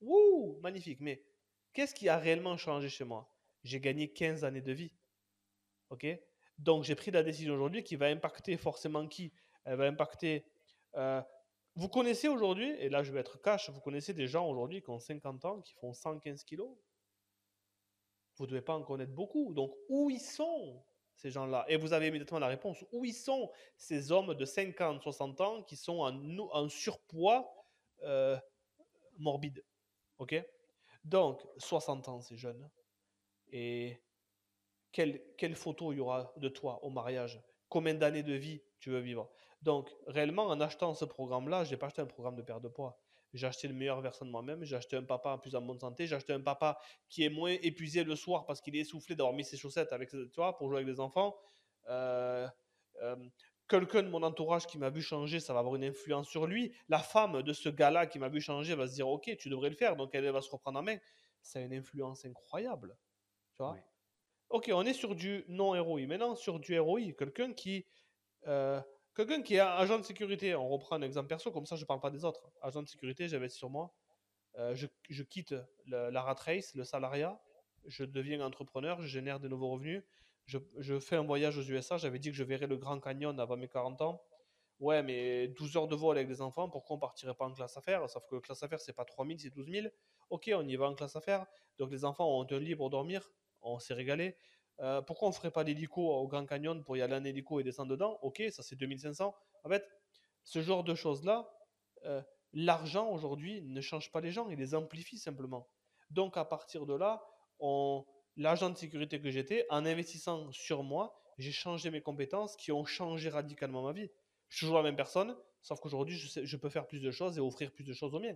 Speaker 1: Wouh, magnifique. Mais qu'est-ce qui a réellement changé chez moi? J'ai gagné quinze années de vie. Ok? Donc, j'ai pris la décision aujourd'hui qui va impacter forcément qui? Elle va impacter. euh, vous connaissez aujourd'hui, et là je vais être cash, vous connaissez des gens aujourd'hui qui ont cinquante ans, qui font cent quinze kilos. Vous ne devez pas en connaître beaucoup. Donc, où ils sont ces gens-là? Et vous avez immédiatement la réponse. Où ils sont ces hommes de cinquante, soixante ans qui sont en, en surpoids euh, morbide? Ok? Donc, soixante ans, c'est jeune. Et quelle, quelle photo il y aura de toi au mariage? Combien d'années de vie tu veux vivre? Donc, réellement, en achetant ce programme-là, je n'ai pas acheté un programme de perte de poids. J'ai acheté le meilleur version de moi-même. J'ai acheté un papa plus en bonne santé. J'ai acheté un papa qui est moins épuisé le soir parce qu'il est essoufflé d'avoir mis ses chaussettes avec, tu vois, pour jouer avec des enfants. Euh, euh, Quelqu'un de mon entourage qui m'a vu changer, ça va avoir une influence sur lui. La femme de ce gars-là qui m'a vu changer va se dire, OK, tu devrais le faire. Donc, elle va se reprendre en main. Ça a une influence incroyable. Tu vois?
Speaker 2: Ouais.
Speaker 1: Ok, on est sur du non-R O I. Maintenant, sur du R O I, quelqu'un qui, euh, quelqu'un qui est agent de sécurité, on reprend un exemple perso, comme ça je ne parle pas des autres. Agent de sécurité, j'investis sur moi. Euh, je, je quitte le- la rat race, le salariat. Je deviens entrepreneur, je génère de nouveaux revenus. Je, je fais un voyage aux U S A. J'avais dit que je verrais le Grand Canyon avant mes quarante ans. Ouais, mais douze heures de vol avec des enfants, pourquoi on partirait pas en classe affaires? Sauf que classe affaires, c'est pas trois mille, c'est douze mille. Ok, on y va en classe affaires. Donc les enfants ont un lit pour dormir. On s'est régalé. Euh, pourquoi on ferait pas l'hélico au Grand Canyon pour y aller en hélico et descendre dedans? Ok, ça c'est deux mille cinq cents. En fait, ce genre de choses-là, euh, l'argent aujourd'hui ne change pas les gens, il les amplifie simplement. Donc à partir de là, on... l'agent de sécurité que j'étais, en investissant sur moi, j'ai changé mes compétences qui ont changé radicalement ma vie. Je suis toujours la même personne, sauf qu'aujourd'hui, je, sais- je peux faire plus de choses et offrir plus de choses aux miens.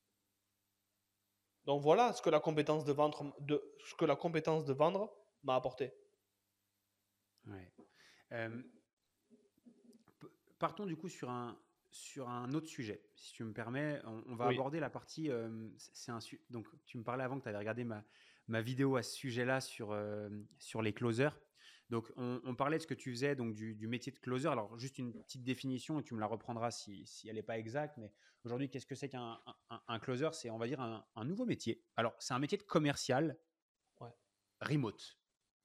Speaker 1: Donc voilà ce que la compétence de vendre, de, ce que la compétence de vendre m'a apporté.
Speaker 2: Ouais. Euh, p- Partons du coup sur un, sur un autre sujet, si tu me permets. On, on va
Speaker 1: Oui,
Speaker 2: aborder la partie. euh, c'est un su- donc, tu me parlais avant que tu avais regardé ma, ma vidéo à ce sujet-là sur, euh, sur les closers. Donc, on, on parlait de ce que tu faisais, donc du, du métier de closer. Alors, juste une petite définition, et tu me la reprendras si, si elle n'est pas exacte. Mais aujourd'hui, qu'est-ce que c'est qu'un un, un closer? C'est, on va dire, un, un nouveau métier. Alors, c'est un métier de commercial
Speaker 1: ouais,
Speaker 2: remote.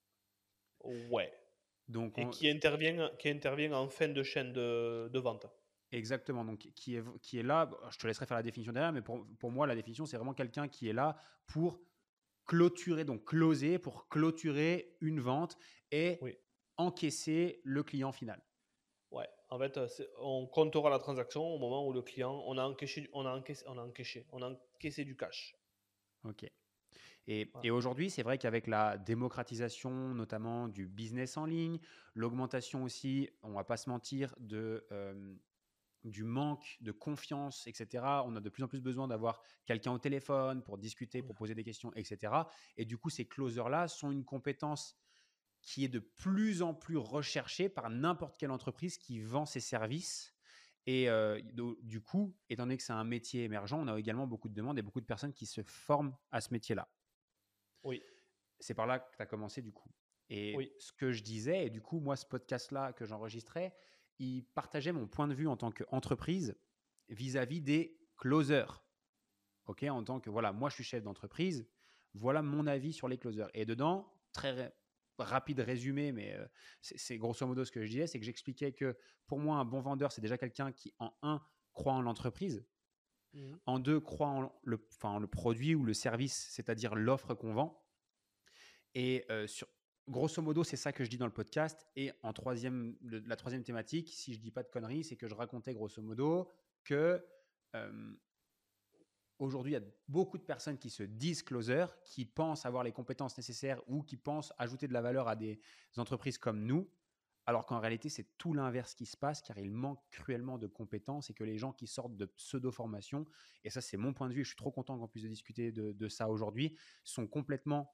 Speaker 1: ouais.
Speaker 2: Donc,
Speaker 1: Et
Speaker 2: on-
Speaker 1: qui intervient, qui intervient en fin de chaîne de, de vente.
Speaker 2: Exactement, donc qui est, qui est là, je te laisserai faire la définition derrière, mais pour, pour moi, la définition, c'est vraiment quelqu'un qui est là pour clôturer, donc closer, pour clôturer une vente et
Speaker 1: Oui,
Speaker 2: encaisser le client final.
Speaker 1: ouais. En fait, euh, c'est- on comptera la transaction au moment où le client, on a encaissé, on a encaissé, on a encaissé, on a encaissé du cash.
Speaker 2: Ok. Et,
Speaker 1: Voilà.
Speaker 2: et aujourd'hui, c'est vrai qu'avec la démocratisation, notamment du business en ligne, l'augmentation aussi, on va pas se mentir, de, euh, du manque de confiance, et cetera. On a de plus en plus besoin d'avoir quelqu'un au téléphone pour discuter, pour poser des questions, et cetera. Et du coup, ces closers-là sont une compétence qui est de plus en plus recherchée par n'importe quelle entreprise qui vend ses services. Et euh, do- du coup, étant donné que c'est un métier émergent, on a également beaucoup de demandes et beaucoup de personnes qui se forment à ce métier-là.
Speaker 1: Oui,
Speaker 2: C'est par là que tu as commencé du coup. Et
Speaker 1: oui,
Speaker 2: ce que je disais, et du coup, moi, ce podcast-là que j'enregistrais, il partageait mon point de vue en tant qu'entreprise vis-à-vis des closers. Ok, en tant que, voilà, moi, je suis chef d'entreprise, voilà mon avis sur les closers. Et dedans, très ra- rapide résumé, mais euh, c'est c'est grosso modo ce que je disais, c'est que j'expliquais que pour moi, un bon vendeur, c'est déjà quelqu'un qui, en un, croit en l'entreprise,
Speaker 1: mhm,
Speaker 2: en deux, croit en le, enfin, en le produit ou le service, c'est-à-dire l'offre qu'on vend. Et euh, sur, grosso modo, c'est ça que je dis dans le podcast. Et en troisième, le- la troisième thématique, si je dis pas de conneries, c'est que je racontais grosso modo que euh, aujourd'hui, il y a beaucoup de personnes qui se disent closer, qui pensent avoir les compétences nécessaires ou qui pensent ajouter de la valeur à des entreprises comme nous, alors qu'en réalité, c'est tout l'inverse qui se passe, car il manque cruellement de compétences et que les gens qui sortent de pseudo-formations, et ça c'est mon point de vue, je suis trop content qu'on puisse discuter de, de ça aujourd'hui, sont complètement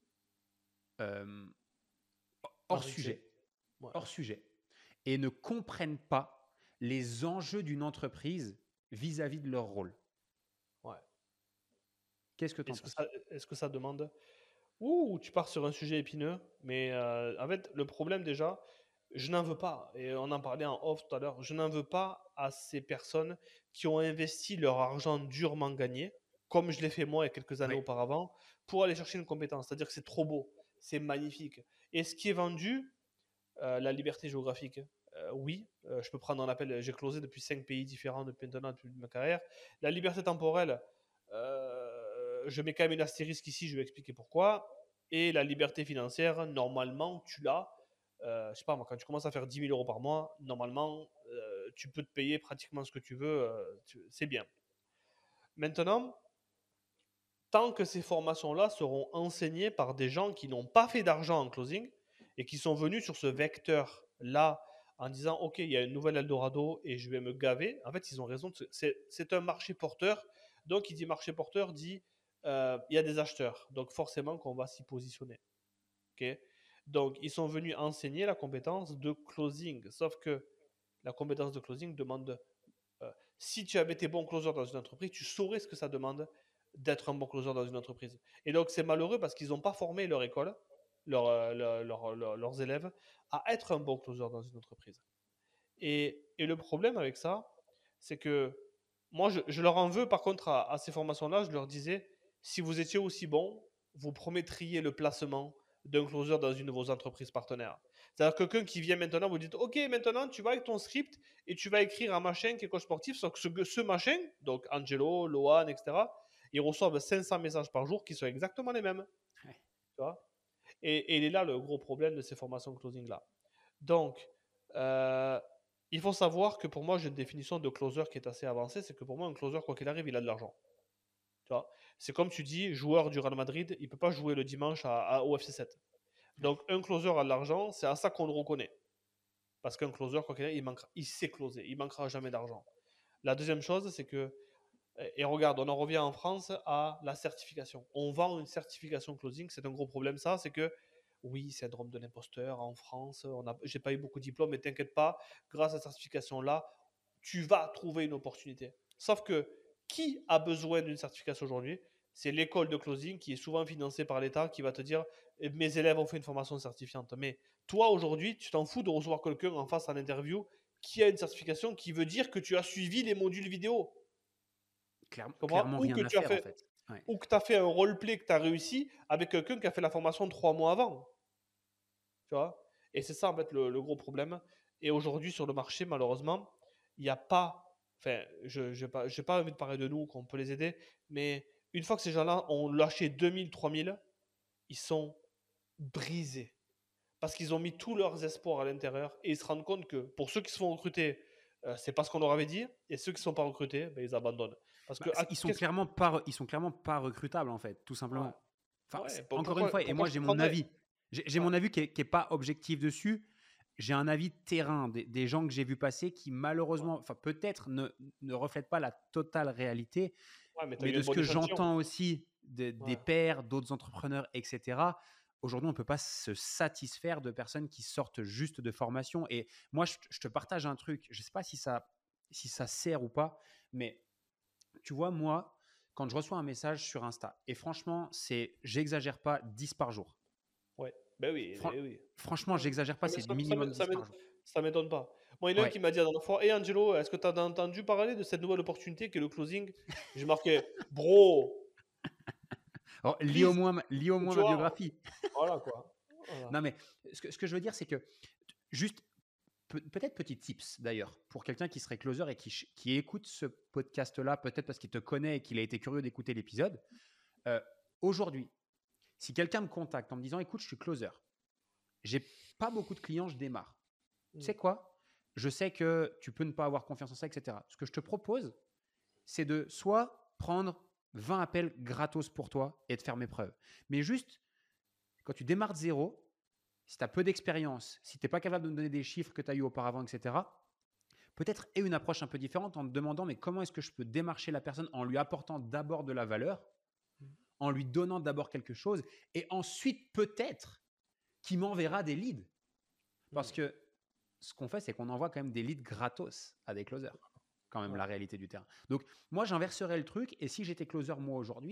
Speaker 2: euh, hors
Speaker 1: matrixé.
Speaker 2: sujet,
Speaker 1: Ouais.
Speaker 2: hors sujet, et ne comprennent pas les enjeux d'une entreprise vis-à-vis de leur rôle.
Speaker 1: Ouais.
Speaker 2: Qu'est-ce que tu en
Speaker 1: Est-ce que
Speaker 2: penses?
Speaker 1: ça, est-ce que ça demande... Ouh, tu pars sur un sujet épineux, mais euh, en fait, le problème déjà, je n'en veux pas, et on en parlait en off tout à l'heure, je n'en veux pas à ces personnes qui ont investi leur argent durement gagné, comme je l'ai fait moi il y a quelques années
Speaker 2: Oui.
Speaker 1: auparavant, pour aller chercher une compétence. C'est-à-dire que c'est trop beau, c'est magnifique. Et ce qui est vendu, euh, la liberté géographique, euh, oui, euh, je peux prendre un appel, j'ai closé depuis cinq pays différents depuis maintenant, depuis ma carrière. La liberté temporelle, euh, je mets quand même une astérisque ici, je vais expliquer pourquoi. Et la liberté financière, normalement, tu l'as. Euh, je sais pas, moi, quand tu commences à faire dix mille euros par mois, normalement, euh, tu peux te payer pratiquement ce que tu veux, euh, tu- c'est bien. Maintenant, tant que ces formations-là seront enseignées par des gens qui n'ont pas fait d'argent en closing et qui sont venus sur ce vecteur-là en disant ok, il y a une nouvelle Eldorado et je vais me gaver, en fait, ils ont raison. C'est, c'est un marché porteur. Donc, qui dit marché porteur dit euh, il y a des acheteurs. Donc, forcément qu'on va s'y positionner. Okay. Donc, ils sont venus enseigner la compétence de closing. Sauf que la compétence de closing demande euh, si tu avais été bon closer dans une entreprise, tu saurais ce que ça demande d'être un bon closer dans une entreprise. Et donc, c'est malheureux parce qu'ils n'ont pas formé leur école, leur, euh, leur, leur, leur, leurs élèves, à être un bon closer dans une entreprise. Et, et le problème avec ça, c'est que moi, je, je leur en veux par contre à, à ces formations-là, je leur disais, si vous étiez aussi bon, vous promettriez le placement d'un closer dans une de vos entreprises partenaires. C'est-à-dire quelqu'un qui vient maintenant, vous dites, ok, maintenant tu vas avec ton script et tu vas écrire un machin qui est coach sportif, sauf que ce, ce machin, donc Angelo, Lohan, et cetera, ils reçoivent cinq cents messages par jour qui sont exactement les mêmes.
Speaker 2: Ouais.
Speaker 1: Tu vois et, et il est là le gros problème de ces formations closing-là. Donc, euh, il faut savoir que pour moi, j'ai une définition de closer qui est assez avancée. C'est que pour moi, un closer, quoi qu'il arrive, il a de l'argent. Tu vois, c'est comme tu dis, joueur du Real Madrid, il ne peut pas jouer le dimanche à, à au F C sept. Donc, un closer a de l'argent, c'est à ça qu'on le reconnaît. Parce qu'un closer, quoi qu'il arrive, il, manquera, il sait closer, il ne manquera jamais d'argent. La deuxième chose, c'est que, et regarde, on en revient en France à la certification. On vend une certification closing, c'est un gros problème ça, c'est que oui, syndrome de l'imposteur en France, on a, j'ai pas eu beaucoup de diplômes, mais t'inquiète pas, grâce à cette certification-là, tu vas trouver une opportunité. Sauf que qui a besoin d'une certification aujourd'hui? C'est l'école de closing qui est souvent financée par l'État qui va te dire mes élèves ont fait une formation certifiante. Mais toi aujourd'hui, tu t'en fous de recevoir quelqu'un en face en interview qui a une certification qui veut dire que tu as suivi les modules vidéo.
Speaker 2: Claire-
Speaker 1: Comprends?
Speaker 2: clairement
Speaker 1: Ou
Speaker 2: rien
Speaker 1: que
Speaker 2: à
Speaker 1: tu as
Speaker 2: faire en
Speaker 1: fait,
Speaker 2: fait. Ouais.
Speaker 1: ou que tu as fait un roleplay que tu as réussi avec quelqu'un qui a fait la formation trois mois avant. Tu vois? Et c'est ça en fait le, le gros problème. Et aujourd'hui sur le marché, malheureusement, il n'y a pas. Enfin, je n'ai pas, j'ai pas envie de parler de nous, qu'on peut les aider, mais une fois que ces gens-là ont lâché deux mille, trois mille, ils sont brisés. Parce qu'ils ont mis tous leurs espoirs à l'intérieur et ils se rendent compte que pour ceux qui se font recruter, euh, c'est pas ce qu'on leur avait dit, et ceux qui ne sont pas recrutés, ben, ils abandonnent. Parce
Speaker 2: Bah,
Speaker 1: que, ah,
Speaker 2: c'est- ils sont
Speaker 1: qu'est-ce que-
Speaker 2: clairement pas, re- ils sont clairement pas recrutables en fait, tout
Speaker 1: Ouais,
Speaker 2: simplement. Enfin,
Speaker 1: ouais.
Speaker 2: c'est-
Speaker 1: Pour-
Speaker 2: encore une
Speaker 1: pourquoi,
Speaker 2: fois, et
Speaker 1: pourquoi
Speaker 2: moi
Speaker 1: je te
Speaker 2: j'ai mon
Speaker 1: prendrais?
Speaker 2: avis. J'ai j'ai
Speaker 1: Ouais.
Speaker 2: mon avis qui est, qui est pas objectif dessus. J'ai un avis terrain des, des gens que j'ai vu passer qui malheureusement, enfin peut-être ne, ne reflètent pas la totale réalité,
Speaker 1: Ouais, mais tu as
Speaker 2: mais
Speaker 1: eu
Speaker 2: de
Speaker 1: un
Speaker 2: ce
Speaker 1: bon
Speaker 2: que
Speaker 1: échantillon.
Speaker 2: j'entends aussi de- des
Speaker 1: Ouais.
Speaker 2: pairs, d'autres entrepreneurs, et cetera. Aujourd'hui, on ne peut pas se satisfaire de personnes qui sortent juste de formation. Et moi, je, je te partage un truc. Je ne sais pas si ça, si ça sert ou pas, mais tu vois, moi, quand je reçois un message sur Insta, et franchement, c'est, j'exagère pas, dix par jour.
Speaker 1: Ouais. Ben oui,
Speaker 2: Fran-
Speaker 1: ben oui.
Speaker 2: franchement,
Speaker 1: Ouais.
Speaker 2: j'exagère pas,
Speaker 1: Ça m'é-
Speaker 2: c'est
Speaker 1: ça- ça
Speaker 2: minimum
Speaker 1: m'é- ça
Speaker 2: dix
Speaker 1: m'é-
Speaker 2: par jour.
Speaker 1: ça m'étonne pas. Moi, il y en a un
Speaker 2: Ouais.
Speaker 1: qui m'a dit la dernière fois, hey Angelo, est-ce que tu as entendu parler de cette nouvelle opportunité qui est le closing? J'ai marqué, bro,
Speaker 2: Alors, lis au
Speaker 1: please.
Speaker 2: moins, ma- lis au moins
Speaker 1: Tu
Speaker 2: ma
Speaker 1: vois,
Speaker 2: biographie.
Speaker 1: voilà quoi. Voilà.
Speaker 2: Non, mais ce que, ce que je veux dire, c'est que juste, pe- peut-être petit tips d'ailleurs, pour quelqu'un qui serait closer et qui, ch- qui écoute ce podcast-là, peut-être parce qu'il te connaît et qu'il a été curieux d'écouter l'épisode. euh, Aujourd'hui, si quelqu'un me contacte en me disant, écoute, je suis closer, j'ai pas beaucoup de clients, je démarre. Tu
Speaker 1: Mm.
Speaker 2: sais quoi? Je sais que tu peux ne pas avoir confiance en ça, et cetera. Ce que je te propose, c'est de soit prendre vingt appels gratos pour toi et de faire mes preuves. Mais juste, quand tu démarres de zéro, si tu as peu d'expérience, si tu n'es pas capable de me donner des chiffres que tu as eu auparavant, et cetera, peut-être et une approche un peu différente en te demandant mais comment est-ce que je peux démarcher la personne en lui apportant d'abord de la valeur, en lui donnant d'abord quelque chose et ensuite peut-être qu'il m'enverra des leads. Parce que ce qu'on fait, c'est qu'on envoie quand même des leads gratos à des closers. Quand même,
Speaker 1: Ouais.
Speaker 2: la réalité du terrain. Donc, moi, j'inverserais le truc. Et si j'étais closer, moi, aujourd'hui,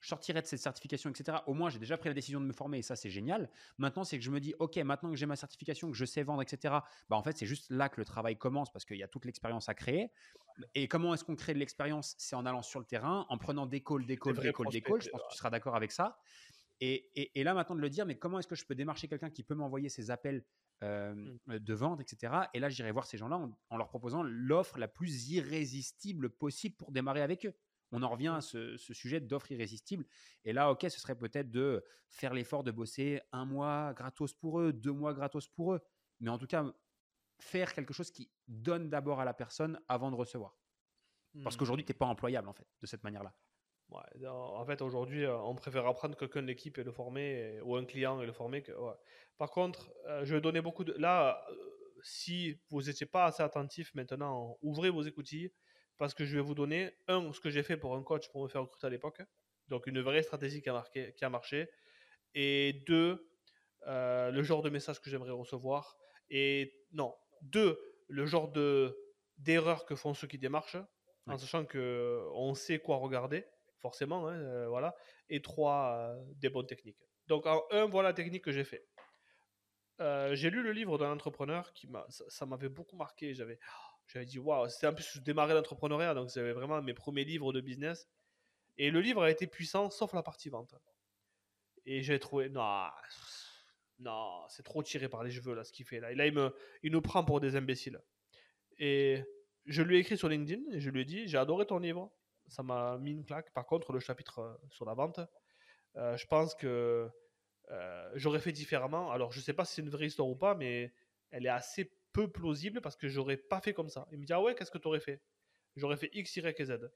Speaker 2: je sortirai de cette certification, et cetera. Au moins, j'ai déjà pris la décision de me former et ça, c'est génial. Maintenant, c'est que je me dis, OK, maintenant que j'ai ma certification, que je sais vendre, et cetera, bah, en fait, c'est juste là que le travail commence parce qu'il y a toute l'expérience à créer. Et comment est-ce qu'on crée de l'expérience? C'est en allant sur le terrain, en prenant des calls, des
Speaker 1: Des
Speaker 2: calls, des
Speaker 1: vrais
Speaker 2: calls, des
Speaker 1: prospects.
Speaker 2: calls. Je pense que tu seras d'accord avec ça. Et, et, et là, maintenant, de le dire, mais comment est-ce que je peux démarcher quelqu'un qui peut m'envoyer ses appels euh,
Speaker 1: Mm.
Speaker 2: de vente, et cetera. Et là, j'irai voir ces gens-là en, en leur proposant l'offre la plus irrésistible possible pour démarrer avec eux. On en revient à ce, ce sujet d'offre irrésistible. Et là, OK, ce serait peut-être de faire l'effort de bosser un mois gratos pour eux, deux mois gratos pour eux. Mais en tout cas, faire quelque chose qui donne d'abord à la personne avant de recevoir. Parce
Speaker 1: Mm.
Speaker 2: qu'aujourd'hui, tu n'es pas employable, en fait, de cette manière-là.
Speaker 1: Ouais, en fait, aujourd'hui, euh, on préfère apprendre quelqu'un de l'équipe et le former, et- ou un client et le former. Que, ouais. Par contre, euh, je vais donner beaucoup de. Là, euh, si vous n'étiez pas assez attentif maintenant, ouvrez vos écoutilles parce que je vais vous donner, un, ce que j'ai fait pour un coach pour me faire recruter à l'époque. Donc, une vraie stratégie qui a, marqué, qui a marché. Et deux, euh, le genre de message que j'aimerais recevoir. Et non, deux, le genre de, d'erreurs que font ceux qui démarchent, en
Speaker 2: Ouais.
Speaker 1: sachant qu'on sait quoi regarder, forcément. Hein, euh, voilà. Et trois, euh, des bonnes techniques. Donc, en un, voilà la technique que j'ai fait. Euh, j'ai lu le livre d'un entrepreneur qui m'a, ça, ça m'avait beaucoup marqué. J'avais, j'avais dit waouh, c'était en plus je démarrais l'entrepreneuriat, donc j'avais vraiment mes premiers livres de business. Et le livre a été puissant, sauf la partie vente. Et j'ai trouvé, non, non, c'est trop tiré par les cheveux là, ce qu'il fait là. Et là, il, me, il nous prend pour des imbéciles. Et je lui ai écrit sur LinkedIn et je lui ai dit, j'ai adoré ton livre, ça m'a mis une claque. Par contre, le chapitre euh, sur la vente, euh, je pense que euh, j'aurais fait différemment. Alors, je sais pas si c'est une vraie histoire ou pas, mais elle est assez peu plausible parce que j'aurais pas fait comme ça. Il me dit, ah ouais, qu'est-ce que tu aurais fait? J'aurais fait X, Y et Z.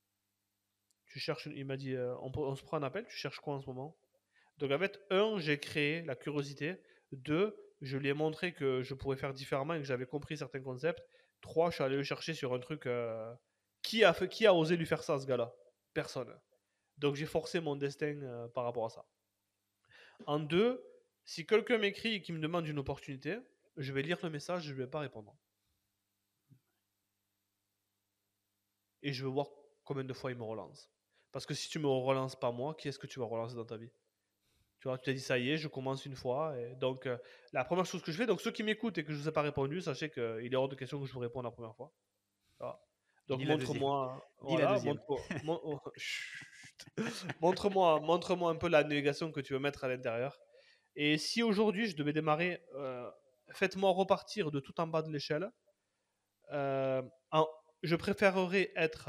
Speaker 1: Tu cherches, il m'a dit, euh, on, on se prend un appel, tu cherches quoi en ce moment? Donc en fait, un, j'ai créé la curiosité. Deux, je lui ai montré que je pourrais faire différemment et que j'avais compris certains concepts. Trois, je suis allé le chercher sur un truc. euh, Qui, a fait, qui a osé lui faire ça, ce gars-là? Personne. Donc j'ai forcé mon destin euh, par rapport à ça. En deux, si quelqu'un m'écrit et qui me demande une opportunité, je vais lire le message, je ne vais pas répondre. Et je vais voir combien de fois il me relance. Parce que si tu me relances pas moi, qui est-ce que tu vas relancer dans ta vie? Tu vois, tu t'es dit ça y est, je commence une fois. Et donc, euh, la première chose que je fais, donc ceux qui m'écoutent et que je ne vous ai pas répondu, sachez qu'il est hors de question que je vous réponde la première fois. Voilà. Donc,
Speaker 2: Dis la deuxième.
Speaker 1: montre-moi,
Speaker 2: Dis la
Speaker 1: voilà,
Speaker 2: deuxième.
Speaker 1: montre, mon- oh, chut. montre-moi, montre-moi un peu la négation que tu veux mettre à l'intérieur. Et si aujourd'hui je devais démarrer, euh, faites-moi repartir de tout en bas de l'échelle. Euh, en- je préférerais être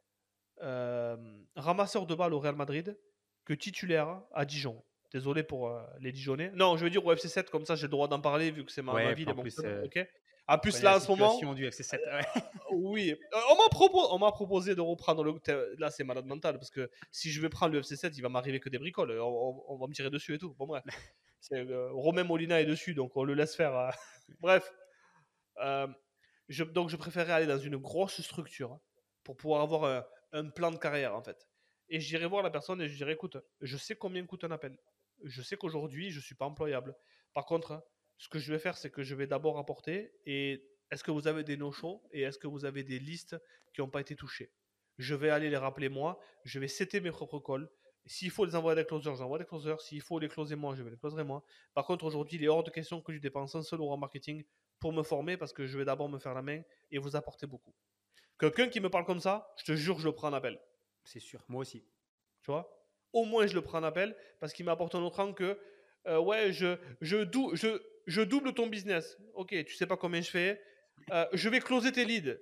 Speaker 1: euh, ramasseur de balles au Real Madrid que titulaire à Dijon. Désolé pour euh, les Dijonnais. Non, je veux dire au F C sept, comme ça j'ai le droit d'en parler vu que c'est ma, ma
Speaker 2: Ouais,
Speaker 1: ville
Speaker 2: puis
Speaker 1: et
Speaker 2: en
Speaker 1: mon
Speaker 2: plus,
Speaker 1: club.
Speaker 2: euh,
Speaker 1: Ok. En
Speaker 2: tu
Speaker 1: plus,
Speaker 2: connais la
Speaker 1: là, en ce moment,
Speaker 2: situation du F C sept. Ouais.
Speaker 1: oui. Euh, on, m'a propo- on m'a proposé de reprendre le. Là, c'est malade mental parce que si je vais prendre le F C sept, il va m'arriver que des bricoles. On, on- on va me tirer dessus et tout. Bon, bref. C'est, euh, Romain Molina est dessus, donc on le laisse faire. euh. Bref. Euh, je, donc, je préférais aller dans une grosse structure pour pouvoir avoir un, un plan de carrière, en fait. Et j'irai voir la personne et je dirais, écoute, je sais combien coûte un appel. Je sais qu'aujourd'hui, je ne suis pas employable. Par contre, ce que je vais faire, c'est que je vais d'abord apporter et est-ce que vous avez des no-shows et est-ce que vous avez des listes qui n'ont pas été touchées? Je vais aller les rappeler moi, je vais setter mes propres calls. S'il faut les envoyer à des closers, j'envoie des closers. S'il faut les closer moi, je vais les closer moi. Par contre, aujourd'hui, il est hors de question que je dépense un seul euro en marketing pour me former parce que je vais d'abord me faire la main et vous apporter beaucoup. Quelqu'un qui me parle comme ça, je te jure, je le prends en appel.
Speaker 2: C'est sûr, moi aussi.
Speaker 1: Tu vois? Au moins, je le prends en appel parce qu'il m'apporte un autre angle que euh, ouais, je, je, dou je, je double ton business. Ok, tu sais pas combien je fais. Euh, je vais closer tes leads.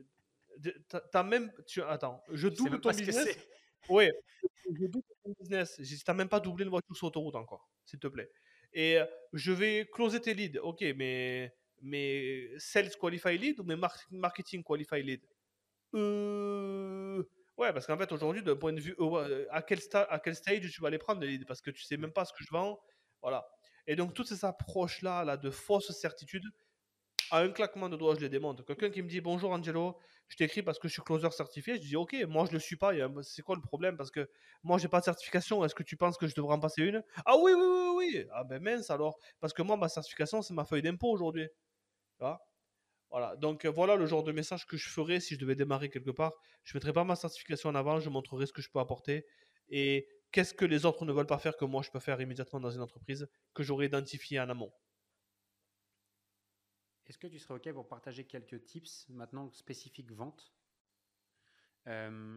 Speaker 1: T'as même. Tu, attends, je
Speaker 2: Je sais
Speaker 1: double
Speaker 2: même
Speaker 1: ton
Speaker 2: pas ce que
Speaker 1: business.
Speaker 2: c'est.
Speaker 1: Ouais, je double ton business. T'as même pas doublé une voiture sur autoroute encore, s'il te plaît. Et euh, je vais closer tes leads. Ok, mais, mais Sales Qualify Lead ou mais Marketing Qualify Lead? Euh... Ouais, parce qu'en fait, aujourd'hui, d'un point de vue, euh, à, quel sta- à quel stage tu vas les prendre, les leads? Parce que tu sais même pas ce que je vends. Voilà. Et donc, toutes ces approches-là là, de fausses certitudes, à un claquement de doigts, je les démonte. Quelqu'un qui me dit bonjour Angelo, je t'écris parce que je suis closer certifié. Je dis ok, moi je le suis pas. C'est quoi le problème? Parce que moi j'ai pas de certification. Est-ce que tu penses que je devrais en passer une? Ah oui, oui, oui, oui. Ah ben mince alors. Parce que moi, ma certification, c'est ma feuille d'impôt aujourd'hui. Voilà. Donc euh, voilà le genre de message que je ferais si je devais démarrer quelque part. Je ne mettrais pas ma certification en avant, je montrerai ce que je peux apporter. Et qu'est-ce que les autres ne veulent pas faire que moi je peux faire immédiatement dans une entreprise que j'aurais identifié en amont.
Speaker 2: Est-ce que tu serais OK pour partager quelques tips maintenant spécifiques vente? Euh,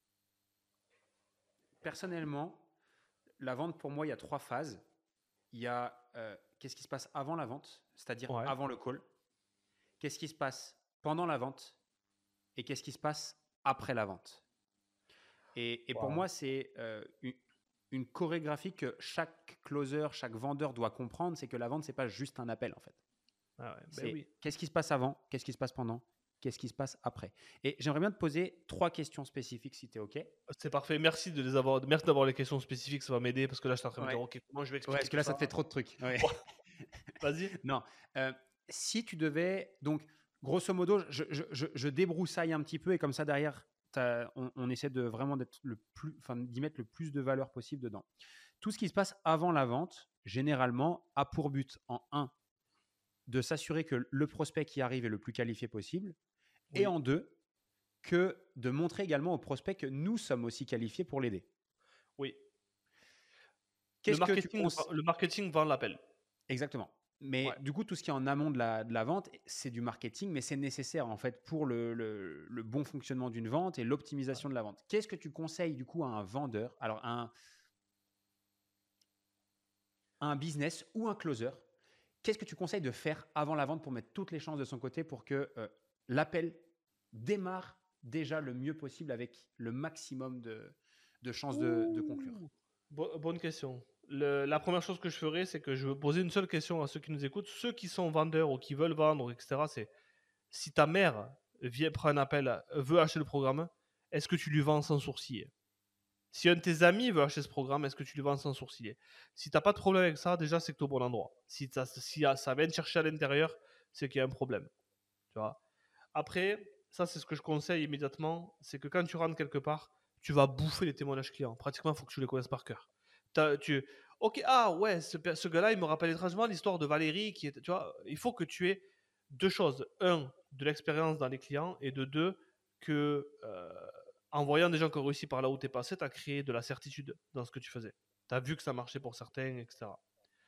Speaker 2: Personnellement, la vente pour moi, il y a trois phases. Il y a euh, qu'est-ce qui se passe avant la vente, c'est-à-dire
Speaker 1: Ouais.
Speaker 2: avant le call. Qu'est-ce qui se passe pendant la vente et qu'est-ce qui se passe après la vente. Et, et pour
Speaker 1: Wow.
Speaker 2: moi, c'est euh, une, une chorégraphie que chaque closer, chaque vendeur doit comprendre, c'est que la vente, c'est pas juste un appel en fait.
Speaker 1: Ah ouais, ben
Speaker 2: C'est
Speaker 1: oui.
Speaker 2: qu'est-ce qui se passe avant, qu'est-ce qui se passe pendant, qu'est-ce qui se passe après. Et j'aimerais bien te poser trois questions spécifiques si tu es OK.
Speaker 1: C'est parfait. Merci de les avoir. Merci d'avoir les questions spécifiques, ça va m'aider parce que là, je suis en train de me
Speaker 2: Ouais.
Speaker 1: dire, ok, comment je vais
Speaker 2: Ouais,
Speaker 1: expliquer
Speaker 2: parce que
Speaker 1: tout
Speaker 2: là, ça
Speaker 1: ça.
Speaker 2: te fait trop de trucs. Ouais.
Speaker 1: Vas-y.
Speaker 2: Non. Euh, si tu devais. Donc, grosso modo, je, je, je, je débroussaille un petit peu et comme ça, derrière, t'as- on, on essaie de vraiment d'être le plus, enfin, d'y mettre le plus de valeur possible dedans. Tout ce qui se passe avant la vente, généralement, a pour but, en un, de s'assurer que le prospect qui arrive est le plus qualifié possible,
Speaker 1: Oui.
Speaker 2: et en deux, que de montrer également au prospect que nous sommes aussi qualifiés pour l'aider.
Speaker 1: Oui. Le
Speaker 2: Qu'est-ce que tu
Speaker 1: marketing,
Speaker 2: penses
Speaker 1: le marketing vend l'appel.
Speaker 2: Exactement. Mais
Speaker 1: Ouais.
Speaker 2: du coup, tout ce qui est en amont de la, de la vente, c'est du marketing, mais c'est nécessaire en fait pour le, le- le bon fonctionnement d'une vente et l'optimisation de la vente. Qu'est-ce que tu conseilles du coup à un vendeur, alors un, un business ou un closer, qu'est-ce que tu conseilles de faire avant la vente pour mettre toutes les chances de son côté pour que euh, l'appel démarre déjà le mieux possible avec le maximum de, de chances de, de conclure?
Speaker 1: Ouh. Bo- bonne question. Le- la première chose que je ferais, c'est que je veux poser une seule question à ceux qui nous écoutent, ceux qui sont vendeurs ou qui veulent vendre, et cetera. C'est si ta mère vient prendre un appel, euh, veut acheter le programme, est-ce que tu lui vends sans sourciller? Si un de tes amis veut acheter ce programme, est-ce que tu lui vends sans sourciller? Si tu n'as pas de problème avec ça, déjà, c'est que tu es au bon endroit. Si, t'as- si ah, ça vient te chercher à l'intérieur, c'est qu'il y a un problème. Tu vois. Après, ça, c'est ce que je conseille immédiatement, c'est que quand tu rentres quelque part, tu vas bouffer les témoignages clients. Pratiquement, il faut que tu les connaisses par cœur. T'as- tu, ok, ah ouais, ce, pe- ce gars-là, il me rappelle étrangement l'histoire de Valérie qui était, tu vois, il faut que tu aies deux choses. Un, de l'expérience dans les clients, et de deux, que euh, en voyant des gens qui ont réussi par là où tu es passé, tu as créé de la certitude dans ce que tu faisais. Tu as vu que ça marchait pour certains, et cetera.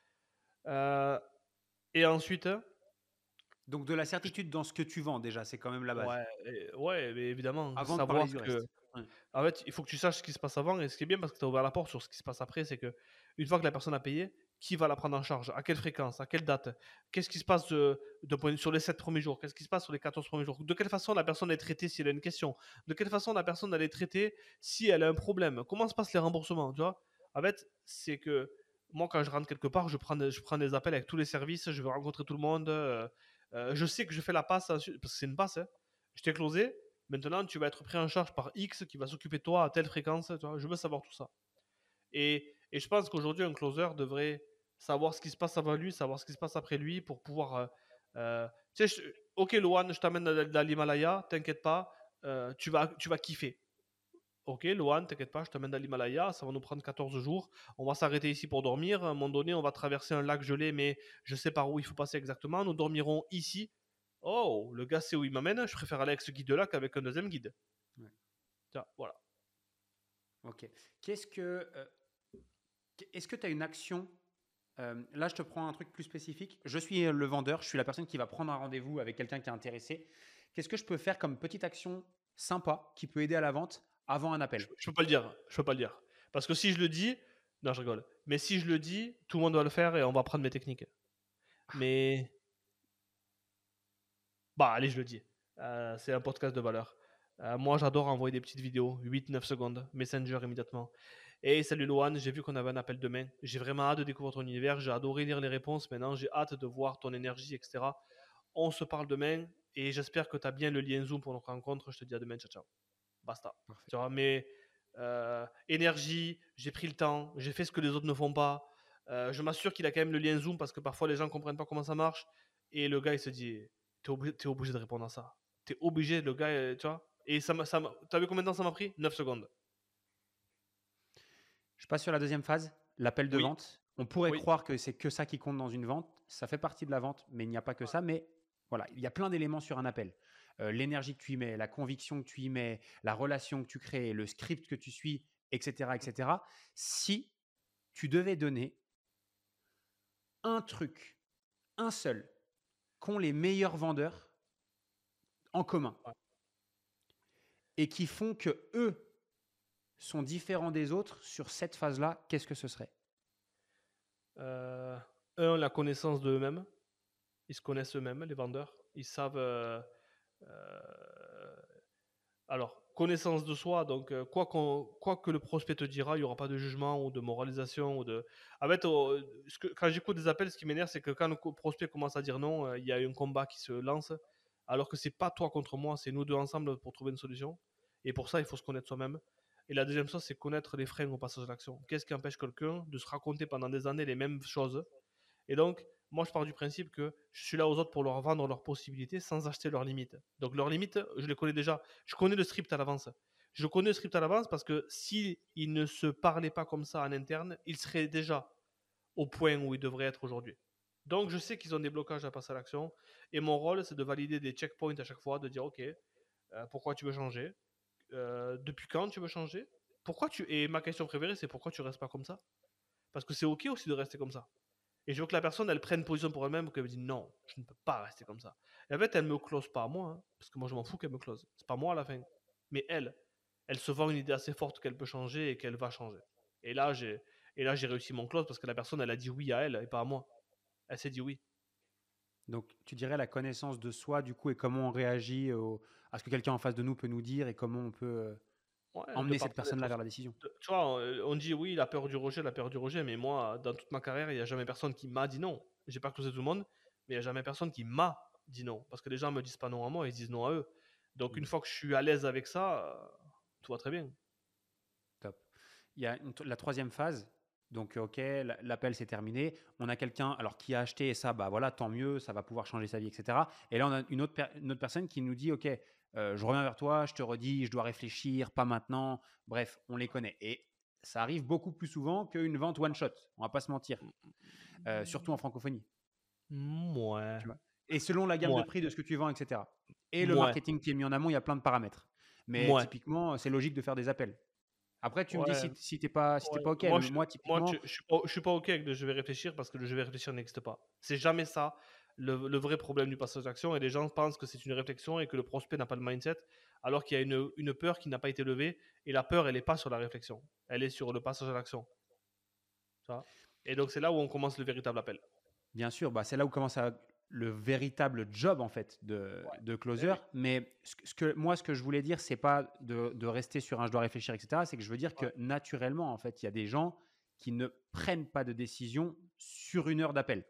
Speaker 1: Euh, et ensuite,
Speaker 2: Donc de la certitude dans ce que tu vends déjà, c'est quand même la base.
Speaker 1: ouais, et- ouais, mais évidemment,
Speaker 2: Avant de
Speaker 1: savoir
Speaker 2: parler du
Speaker 1: que.
Speaker 2: reste. Ouais.
Speaker 1: En fait, il faut que tu saches ce qui se passe avant. Et ce qui est bien, parce que tu as ouvert la porte sur ce qui se passe après, c'est que une fois que la personne a payé, qui va la prendre en charge? À quelle fréquence? À quelle date? Qu'est-ce qui se passe de, de point- sur les sept premiers jours? Qu'est-ce qui se passe sur les quatorze premiers jours? De quelle façon la personne est traitée si elle a une question? De quelle façon la personne elle est traitée si elle a un problème? Comment se passent les remboursements? Tu vois? En fait, c'est que moi, quand je rentre quelque part, je prends, des, je prends des appels avec tous les services, je veux rencontrer tout le monde. euh, euh, je sais que je fais la passe, ensuite, parce que c'est une passe. Hein. Je t'ai closé. Maintenant, tu vas être pris en charge par X qui va s'occuper de toi à telle fréquence. Tu vois, je veux savoir tout ça. Et, et je pense qu'aujourd'hui, un closer devrait savoir ce qui se passe avant lui, savoir ce qui se passe après lui pour pouvoir. euh, euh, tu sais, je- ok, Lohan, je t'amène dans, dans l'Himalaya, t'inquiète pas, euh, tu, vas, tu vas kiffer. Ok, Lohan, t'inquiète pas, je t'amène dans l'Himalaya, ça va nous prendre quatorze jours. On va s'arrêter ici pour dormir. À un moment donné, on va traverser un lac gelé, mais je sais par où il faut passer exactement. Nous dormirons ici. Oh, le gars sait où il m'amène. Je préfère aller avec ce guide-là qu'avec un deuxième guide.
Speaker 2: Ouais.
Speaker 1: Tiens, voilà.
Speaker 2: Ok. Qu'est-ce que, euh, est-ce que tu as une action euh, là, je te prends un truc plus spécifique. Je suis le vendeur, je suis la personne qui va prendre un rendez-vous avec quelqu'un qui est intéressé. Qu'est-ce que je peux faire comme petite action sympa qui peut aider à la vente avant un appel?
Speaker 1: Je, je peux pas le dire. Je peux pas le dire. Parce que si je le dis, non, je rigole. Mais si je le dis, tout le monde doit le faire et on va prendre mes techniques. Mais bah, allez, je le dis. Euh, c'est un podcast de valeur. Euh, moi, j'adore envoyer des petites vidéos, huit neuf secondes, Messenger immédiatement. Et salut Lohan, j'ai vu qu'on avait un appel demain. J'ai vraiment hâte de découvrir ton univers. J'ai adoré lire les réponses. Maintenant, j'ai hâte de voir ton énergie, et cetera. On se parle demain et j'espère que tu as bien le lien Zoom pour notre rencontre. Je te dis à demain. Ciao, ciao. Basta.
Speaker 2: Parfait.
Speaker 1: Tu vois, mais euh, énergie, j'ai pris le temps, j'ai fait ce que les autres ne font pas. Euh, je m'assure qu'il a quand même le lien Zoom parce que parfois les gens ne comprennent pas comment ça marche. Et le gars, il se dit, t'es obligé, t'es obligé de répondre à ça. T'es obligé, le gars, euh, tu vois. Et ça m'a, ça m'a- t'as vu combien de temps ça m'a pris? neuf secondes.
Speaker 2: Je passe sur la deuxième phase, l'appel de
Speaker 1: Oui,
Speaker 2: vente. On pourrait
Speaker 1: oui.
Speaker 2: croire que c'est que ça qui compte dans une vente. Ça fait partie de la vente, mais il n'y a pas que ça. Mais voilà, il y a plein d'éléments sur un appel. Euh, l'énergie que tu y mets, la conviction que tu y mets, la relation que tu crées, le script que tu suis et cetera, et cetera. Si tu devais donner un truc, un seul, qu'ont les meilleurs vendeurs en commun
Speaker 1: Ouais.
Speaker 2: et qui font que eux sont différents des autres sur cette phase-là, qu'est-ce que ce serait?
Speaker 1: Euh, un, la connaissance d'eux-mêmes. Ils se connaissent eux-mêmes, les vendeurs. Ils savent. euh, euh, alors, connaissance de soi. Donc, euh, quoi, qu'on- quoi que le prospect te dira, il n'y aura pas de jugement ou de moralisation. Ou de... En fait, euh, ce que- quand j'écoute des appels, ce qui m'énerve, c'est que quand le co- prospect commence à dire non, euh, il y a un combat qui se lance. Alors que c'est pas toi contre moi, c'est nous deux ensemble pour trouver une solution. Et pour ça, il faut se connaître soi-même. Et la deuxième chose, c'est connaître les freins au passage à l'action. Qu'est-ce qui empêche quelqu'un de se raconter pendant des années les mêmes choses? Et donc, moi, je pars du principe que je suis là aux autres pour leur vendre leurs possibilités sans acheter leurs limites. Donc, leurs limites, je les connais déjà. Je connais le script à l'avance. Je connais le script à l'avance parce que s'ils ne se parlaient pas comme ça en interne, ils seraient déjà au point où ils devraient être aujourd'hui. Donc, je sais qu'ils ont des blocages à passer à l'action. Et mon rôle, c'est de valider des checkpoints à chaque fois, de dire, OK, euh, pourquoi tu veux changer? Euh, depuis quand tu veux changer? Pourquoi tu... Et ma question préférée, c'est pourquoi tu restes pas comme ça? Parce que c'est OK aussi de rester comme ça. Et je veux que la personne, elle prenne position pour elle-même, qu'elle me dise non, je ne peux pas rester comme ça. Et en fait, elle me close pas moi, hein, parce que moi, je m'en fous qu'elle me close. C'est pas moi à la fin. Mais elle, elle se vend une idée assez forte qu'elle peut changer et qu'elle va changer. Et là, j'ai, et là, j'ai réussi mon close parce que la personne, elle a dit oui à elle et pas à moi. Elle s'est dit oui.
Speaker 2: Donc, tu dirais la connaissance de soi, du coup, et comment on réagit au- à ce que quelqu'un en face de nous peut nous dire et comment on peut euh,
Speaker 1: Ouais, de
Speaker 2: emmener cette
Speaker 1: parfois
Speaker 2: personne-là
Speaker 1: d'être.
Speaker 2: vers la décision.
Speaker 1: de- Tu vois, on, on dit oui, la peur du rejet, la peur du rejet, mais moi, dans toute ma carrière, il n'y a jamais personne qui m'a dit non. J'ai pas closé tout le monde, mais il n'y a jamais personne qui m'a dit non. Parce que les gens me disent pas non à moi, ils disent non à eux. Donc une
Speaker 2: Mm.
Speaker 1: fois que je suis à l'aise avec ça, euh, tout va très bien.
Speaker 2: Top. Il y a une- la troisième phase. Donc, OK, la- l'appel s'est terminé. On a quelqu'un alors qui a acheté et ça, bah voilà, tant mieux, ça va pouvoir changer sa vie, et cetera. Et là, on a une autre, per- une autre personne qui nous dit, OK, euh, je reviens vers toi, je te redis, je dois réfléchir, pas maintenant. Bref, on les connaît. Et ça arrive beaucoup plus souvent qu'une vente one shot. On va pas se mentir. Euh, surtout en francophonie.
Speaker 1: Mouais.
Speaker 2: Tu vois. Et selon la gamme de
Speaker 1: Mouais.
Speaker 2: prix de ce que tu vends, et cetera. Et le
Speaker 1: Mouais.
Speaker 2: marketing qui est mis en amont, il y a plein de paramètres. Mais
Speaker 1: Mouais.
Speaker 2: typiquement, c'est logique de faire des appels. Après, tu me dis
Speaker 1: Ouais.
Speaker 2: si, si t'es pas, si t'es
Speaker 1: Ouais.
Speaker 2: pas OK.
Speaker 1: Moi,
Speaker 2: Mais
Speaker 1: je,
Speaker 2: moi,
Speaker 1: moi je,
Speaker 2: typiquement,
Speaker 1: je suis pas, je suis pas OK avec le je vais réfléchir parce que le je vais réfléchir n'existe pas. C'est jamais ça le, le vrai problème du passage d'action et les gens pensent que c'est une réflexion et que le prospect n'a pas le mindset alors qu'il y a une, une peur qui n'a pas été levée et la peur elle n'est pas sur la réflexion, elle est sur le passage à l'action. Tu vois. Et donc c'est là où on commence le véritable appel.
Speaker 2: bien sûr, bah, c'est là où commence à- le véritable job en fait de,
Speaker 1: Ouais.
Speaker 2: de
Speaker 1: Eh
Speaker 2: closer.
Speaker 1: oui.
Speaker 2: Mais ce, que- ce que, moi, ce que je voulais dire, c'est pas de, de rester sur un je dois réfléchir, et cetera. C'est que je veux dire
Speaker 1: Ouais.
Speaker 2: que naturellement, en fait, il y a des gens qui ne prennent pas de décision sur une heure d'appel.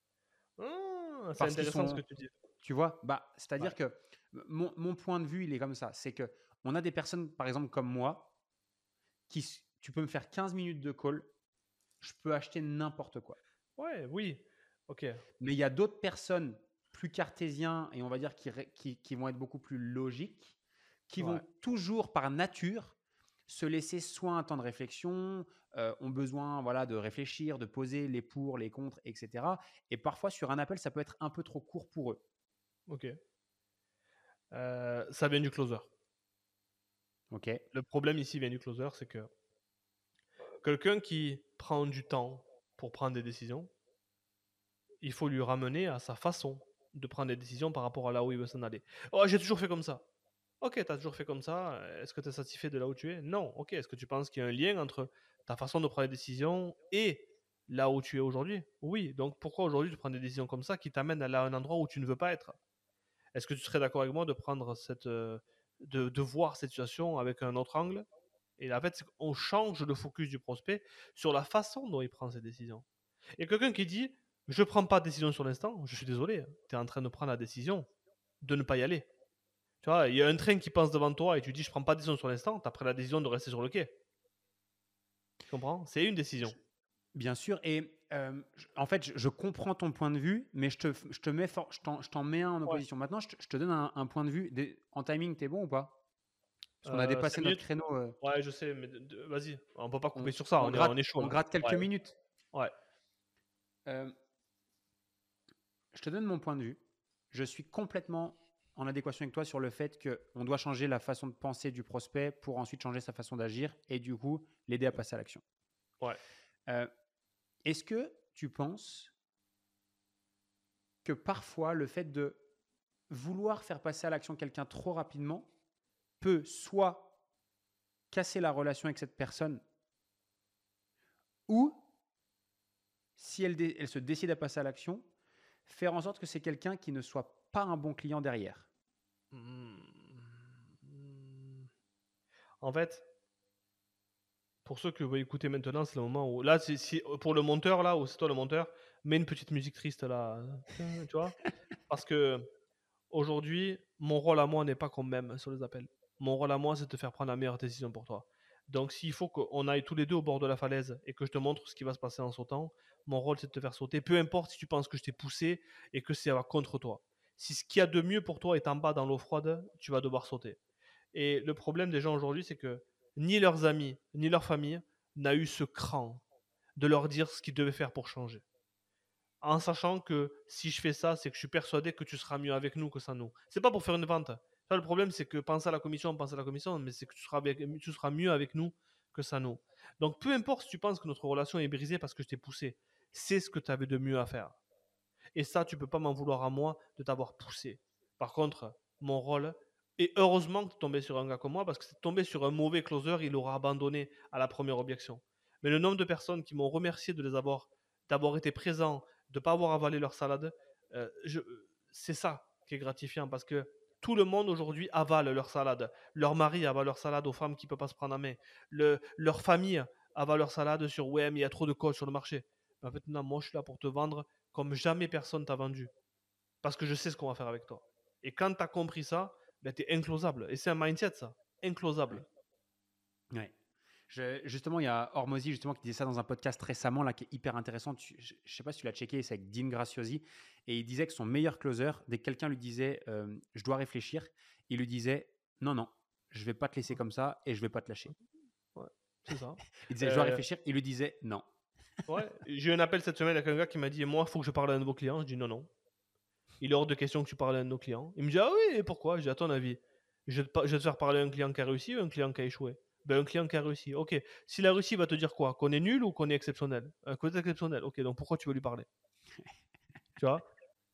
Speaker 1: Ah, c'est
Speaker 2: Parce qu'ils
Speaker 1: intéressant ce que
Speaker 2: sont,
Speaker 1: tu dis.
Speaker 2: tu vois, bah,
Speaker 1: Ouais.
Speaker 2: c'est-à-dire que mon, mon point de vue, il est comme ça. C'est que on a des personnes, par exemple, comme moi, qui, s- tu peux me faire quinze minutes de call, je peux acheter n'importe quoi.
Speaker 1: Ouais, oui. Ok.
Speaker 2: Mais il y a d'autres personnes plus cartésiens et on va dire qui, ré- qui, qui vont être beaucoup plus logiques, qui vont
Speaker 1: Ouais.
Speaker 2: toujours par nature se laisser soit un temps de réflexion, euh, ont besoin voilà, de réfléchir, de poser les pour, les contre, et cetera. Et parfois sur un appel, ça peut être un peu trop court pour eux.
Speaker 1: Ok. Euh, ça vient du closer.
Speaker 2: Ok.
Speaker 1: Le problème ici vient du closer, c'est que quelqu'un qui prend du temps pour prendre des décisions, il faut lui ramener à sa façon de prendre des décisions par rapport à là où il veut s'en aller. Oh, j'ai toujours fait comme ça. Ok, tu as toujours fait comme ça. Est-ce que tu es satisfait de là où tu es? Non. Ok, est-ce que tu penses qu'il y a un lien entre ta façon de prendre des décisions et là où tu es aujourd'hui? Oui. Donc pourquoi aujourd'hui tu prends des décisions comme ça qui t'amènent à là, un endroit où tu ne veux pas être? Est-ce que tu serais d'accord avec moi de prendre cette, euh, de, de voir cette situation avec un autre angle? Et en fait, on change le focus du prospect sur la façon dont il prend ses décisions. Et quelqu'un qui dit je ne prends pas de décision sur l'instant, je suis désolé, tu es en train de prendre la décision de ne pas y aller. Tu vois, il y a un train qui passe devant toi et tu dis je ne prends pas de décision sur l'instant, tu as pris la décision de rester sur le quai. Tu comprends? C'est une décision.
Speaker 2: Bien sûr. Et euh, je- en fait, je, je comprends ton point de vue, mais je te, je te mets for- je t'en, je t'en mets un en
Speaker 1: Ouais.
Speaker 2: opposition. Maintenant, je te, je te donne un, un point de vue. Des- en timing, t'es bon ou pas? Parce qu'on a
Speaker 1: Euh,
Speaker 2: dépassé
Speaker 1: cinq
Speaker 2: notre
Speaker 1: minutes?
Speaker 2: créneau. euh,
Speaker 1: Ouais, je sais, mais de- de- vas-y, on peut pas couper
Speaker 2: on,
Speaker 1: sur ça,
Speaker 2: on
Speaker 1: on est, on
Speaker 2: gratte,
Speaker 1: est chaud
Speaker 2: on
Speaker 1: là.
Speaker 2: gratte quelques
Speaker 1: Ouais,
Speaker 2: minutes.
Speaker 1: ouais.
Speaker 2: Euh, je te donne mon point de vue. Je suis complètement en adéquation avec toi sur le fait qu'on doit changer la façon de penser du prospect pour ensuite changer sa façon d'agir et du coup l'aider à passer à l'action.
Speaker 1: Ouais.
Speaker 2: Euh, est-ce que tu penses que parfois le fait de vouloir faire passer à l'action quelqu'un trop rapidement peut soit casser la relation avec cette personne ou, si elle, dé- elle se décide à passer à l'action, faire en sorte que c'est quelqu'un qui ne soit pas un bon client derrière?
Speaker 1: Hmm. En fait, pour ceux que vous écoutez maintenant, c'est le moment où. Là, c'est, si, pour le monteur, là, où c'est toi le monteur, mets une petite musique triste là. Tu vois? Parce que aujourd'hui, mon rôle à moi n'est pas qu'on m'aime sur les appels. Mon rôle à moi, c'est de te faire prendre la meilleure décision pour toi. Donc, s'il faut qu'on aille tous les deux au bord de la falaise et que je te montre ce qui va se passer en sautant, mon rôle, c'est de te faire sauter. Peu importe si tu penses que je t'ai poussé et que c'est contre toi. Si ce qu'il y a de mieux pour toi est en bas dans l'eau froide, tu vas devoir sauter. Et le problème des gens aujourd'hui, c'est que ni leurs amis, ni leur famille n'a eu ce cran de leur dire ce qu'ils devaient faire pour changer. En sachant que si je fais ça, c'est que je suis persuadé que tu seras mieux avec nous que sans nous. C'est pas pour faire une vente. Ça, le problème, c'est que penser à la commission, pense à la commission, mais c'est que tu seras, avec, tu seras mieux avec nous que sans nous. Donc, peu importe si tu penses que notre relation est brisée parce que je t'ai poussé, c'est ce que tu avais de mieux à faire. Et ça, tu peux pas m'en vouloir à moi de t'avoir poussé. Par contre, mon rôle, et heureusement que tu es tombé sur un gars comme moi, parce que si tu es tombé sur un mauvais closer, il aura abandonné à la première objection. Mais le nombre de personnes qui m'ont remercié de les avoir, d'avoir été présents, de ne pas avoir avalé leur salade, euh, je, c'est ça qui est gratifiant, parce que tout le monde aujourd'hui avale leur salade. Leur mari avale leur salade aux femmes qui ne peuvent pas se prendre en main. Le, leur famille avale leur salade sur ouais, mais il y a trop de codes sur le marché. Mais en fait, non, moi je suis là pour te vendre comme jamais personne t'a vendu. Parce que je sais ce qu'on va faire avec toi. Et quand tu as compris ça, ben, tu es inclosable. Et c'est un mindset, ça. Inclosable.
Speaker 2: Ouais. Ouais. Je, justement, il y a Hormozy justement qui disait ça dans un podcast récemment là, qui est hyper intéressant. Tu, je ne sais pas si tu l'as checké, c'est avec Dean Graciosi. Et il disait que son meilleur closer, dès que quelqu'un lui disait euh, « je dois réfléchir », il lui disait « non, non, je ne vais pas te laisser comme ça et je ne vais pas te lâcher ».
Speaker 1: Ouais, c'est ça.
Speaker 2: Il disait « je dois
Speaker 1: Euh,
Speaker 2: réfléchir », il lui disait « non ».
Speaker 1: ouais, j'ai eu un appel cette semaine avec un gars qui m'a dit moi, il faut que je parle à un de vos clients. Je dis non, non. Il est hors de question que tu parles à un de nos clients. Il me dit ah oui, et pourquoi? Je dis à ton avis, je vais, te, je vais te faire parler à un client qui a réussi ou un client qui a échoué? Ben, un client qui a réussi. Ok. Si la Russie va te dire quoi? Qu'on est nul ou qu'on est exceptionnel? euh, Qu'on est exceptionnel. Ok, donc pourquoi tu veux lui parler? Tu vois?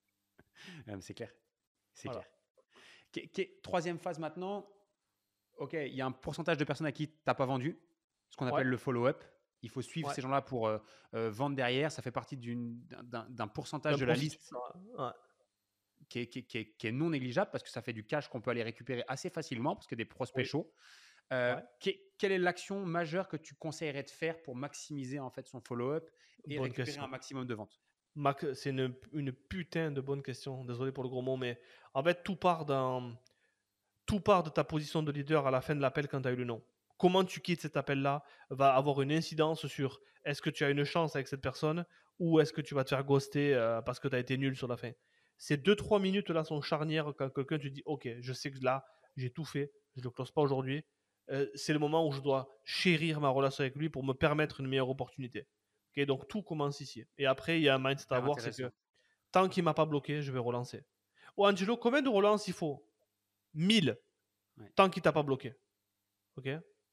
Speaker 2: Euh, c'est clair. C'est
Speaker 1: Voilà.
Speaker 2: clair. Qu- qu- troisième phase maintenant. Ok, il y a un pourcentage de personnes à qui tu n'as pas vendu, ce qu'on appelle
Speaker 1: Ouais.
Speaker 2: le follow-up. Il faut suivre
Speaker 1: Ouais.
Speaker 2: ces gens-là pour euh, euh, vendre derrière. Ça fait partie d'une- d'un d'un pourcentage
Speaker 1: Un
Speaker 2: de la
Speaker 1: processus,
Speaker 2: liste
Speaker 1: ouais. Ouais.
Speaker 2: qui est, qui, est, qui, est, qui est non négligeable parce que ça fait du cash qu'on peut aller récupérer assez facilement parce que des prospects
Speaker 1: Oui.
Speaker 2: chauds. Euh,
Speaker 1: Ouais.
Speaker 2: que- quelle est l'action majeure que tu conseillerais de faire pour maximiser en fait son follow-up et
Speaker 1: Bonne
Speaker 2: récupérer
Speaker 1: question.
Speaker 2: un maximum de ventes?
Speaker 1: Mac, c'est une, une putain de bonne question. Désolé pour le gros mot, mais en fait, tout part, dans, tout part de ta position de leader à la fin de l'appel quand tu as eu le non. Comment tu quittes cet appel-là va avoir une incidence sur est-ce que tu as une chance avec cette personne ou est-ce que tu vas te faire ghoster euh, parce que tu as été nul sur la fin. Ces deux trois minutes-là sont charnières quand quelqu'un te dit ok, je sais que là, j'ai tout fait, je ne le close pas aujourd'hui. Euh, c'est le moment où je dois chérir ma relation avec lui pour me permettre une meilleure opportunité. Okay, donc tout commence ici. Et après, il y a un mindset à
Speaker 2: Super
Speaker 1: avoir, c'est que
Speaker 2: intéressant.
Speaker 1: tant qu'il ne m'a pas bloqué, je vais relancer. Oh Angelo, combien de relances il faut? mille.
Speaker 2: Ouais.
Speaker 1: Tant qu'il t'a pas bloqué. Ok?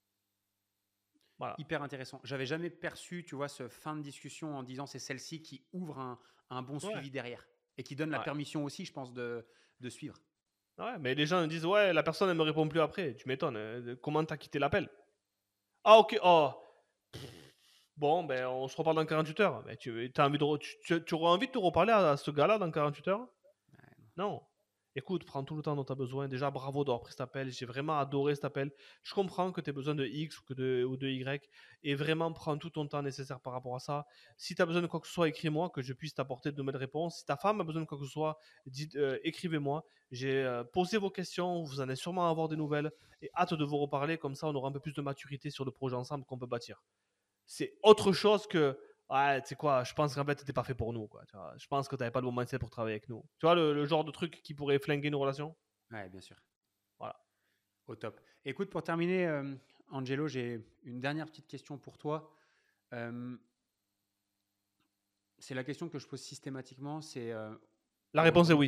Speaker 1: Voilà.
Speaker 2: Hyper intéressant. J'avais jamais perçu, tu vois, ce fin de discussion en disant c'est celle-ci qui ouvre un, un bon
Speaker 1: Ouais.
Speaker 2: suivi derrière et qui donne la
Speaker 1: Ouais.
Speaker 2: permission aussi, je pense, de, de suivre.
Speaker 1: Ouais, mais les gens disent ouais, la personne elle me répond plus après. Tu m'étonnes. euh, Comment t'as quitté l'appel? Ah ok. Oh. Bon, ben on se reparle dans quarante-huit heures. Mais tu, as envie de re- tu, tu- tu aurais envie de te reparler à, à ce gars-là dans quarante-huit heures?
Speaker 2: Ouais, non.
Speaker 1: Non. Écoute, prends tout le temps dont tu as besoin. Déjà, bravo d'avoir pris cet appel. J'ai vraiment adoré cet appel. Je comprends que tu aies besoin de X ou, que de, ou de Y. Et vraiment, prends tout ton temps nécessaire par rapport à ça. Si tu as besoin de quoi que ce soit, écris-moi, que je puisse t'apporter de nouvelles réponses. Si ta femme a besoin de quoi que ce soit, dites, euh, écrivez-moi. J'ai euh, posé vos questions. Vous allez sûrement avoir des nouvelles. Et hâte de vous reparler. Comme ça, on aura un peu plus de maturité sur le projet ensemble qu'on peut bâtir. C'est autre chose que ouais, tu sais quoi, je pense qu'en fait, t'étais pas fait pour nous, quoi. Tu vois. Je pense que t'avais pas le bon mindset pour travailler avec nous. Tu vois, le, le genre de truc qui pourrait flinguer une relation.
Speaker 2: Ouais, bien sûr.
Speaker 1: Voilà.
Speaker 2: Au top. Écoute, pour terminer, euh, Angelo, j'ai une dernière petite question pour toi. Euh, c'est la question que je pose systématiquement. C'est euh,
Speaker 1: La réponse est
Speaker 2: aujourd'hui,
Speaker 1: oui.
Speaker 2: t'as-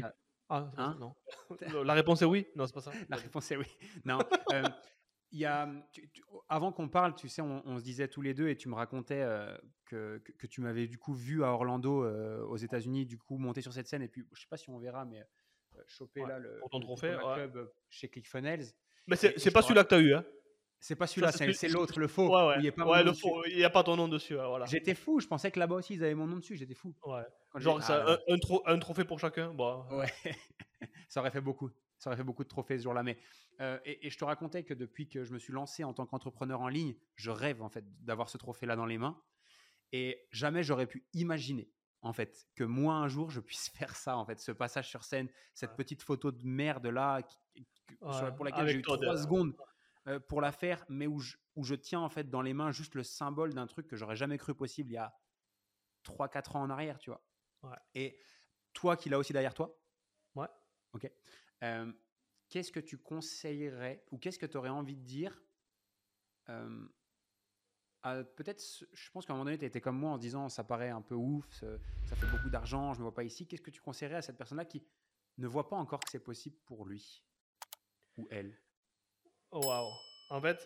Speaker 1: Ah,
Speaker 2: Hein
Speaker 1: non. La réponse est oui? Non, c'est pas ça.
Speaker 2: La réponse est oui. Non. euh, il y a, tu- tu- avant qu'on parle, tu sais, on, on se disait tous les deux et tu me racontais euh, que, que, que tu m'avais du coup vu à Orlando, euh, aux États-Unis, du coup monter sur cette scène et puis je sais pas si on verra, mais euh, choper
Speaker 1: Ouais,
Speaker 2: là le,
Speaker 1: pour ton
Speaker 2: le
Speaker 1: trophée,
Speaker 2: Tacoma
Speaker 1: ouais.
Speaker 2: Club euh, chez ClickFunnels.
Speaker 1: Mais c'est
Speaker 2: Et- et
Speaker 1: c'est
Speaker 2: je
Speaker 1: pas
Speaker 2: te
Speaker 1: celui-là
Speaker 2: ra-
Speaker 1: que t'as eu, hein.
Speaker 2: C'est pas
Speaker 1: Ça,
Speaker 2: celui-là,
Speaker 1: c'est
Speaker 2: c'est
Speaker 1: celui-
Speaker 2: c'est l'autre, le faux,
Speaker 1: Ouais,
Speaker 2: où
Speaker 1: ouais.
Speaker 2: il n'y a pas mon
Speaker 1: Ouais,
Speaker 2: nom
Speaker 1: le
Speaker 2: dessus.
Speaker 1: faux, il n'y a pas ton nom dessus, ouais, voilà.
Speaker 2: J'étais fou, je pensais que là-bas aussi ils avaient mon nom dessus, j'étais fou.
Speaker 1: Ouais.
Speaker 2: Quand j'ai-
Speaker 1: Genre,
Speaker 2: ah
Speaker 1: ça,
Speaker 2: là
Speaker 1: un,
Speaker 2: là.
Speaker 1: un, tro- un trophée pour chacun. Bon,
Speaker 2: Ouais, ça aurait fait beaucoup. Ça aurait fait beaucoup de trophées ce jour-là. Mais, euh, et, et je te racontais que depuis que je me suis lancé en tant qu'entrepreneur en ligne, je rêve en fait d'avoir ce trophée-là dans les mains. Et jamais j'aurais pu imaginer en fait que moi un jour je puisse faire ça, en fait, ce passage sur scène, cette
Speaker 1: Ouais.
Speaker 2: petite photo de merde là qui- qui-
Speaker 1: Ouais,
Speaker 2: sur la- pour laquelle
Speaker 1: avec
Speaker 2: j'ai eu
Speaker 1: Todd,
Speaker 2: trois
Speaker 1: euh,
Speaker 2: secondes euh, pour la faire, mais où je, où je tiens en fait dans les mains juste le symbole d'un truc que j'aurais jamais cru possible il y a trois quatre ans en arrière, tu vois.
Speaker 1: Ouais.
Speaker 2: Et toi qui l'as aussi derrière toi,
Speaker 1: Ouais.
Speaker 2: ok. Euh, qu'est-ce que tu conseillerais ou qu'est-ce que tu aurais envie de dire euh, à- peut-être, ce- je pense qu'à un moment donné, tu étais comme moi en se disant ça paraît un peu ouf, ça, ça fait beaucoup d'argent, je ne me vois pas ici. Qu'est-ce que tu conseillerais à cette personne-là qui ne voit pas encore que c'est possible pour lui ou elle?
Speaker 1: Oh, waouh. En fait,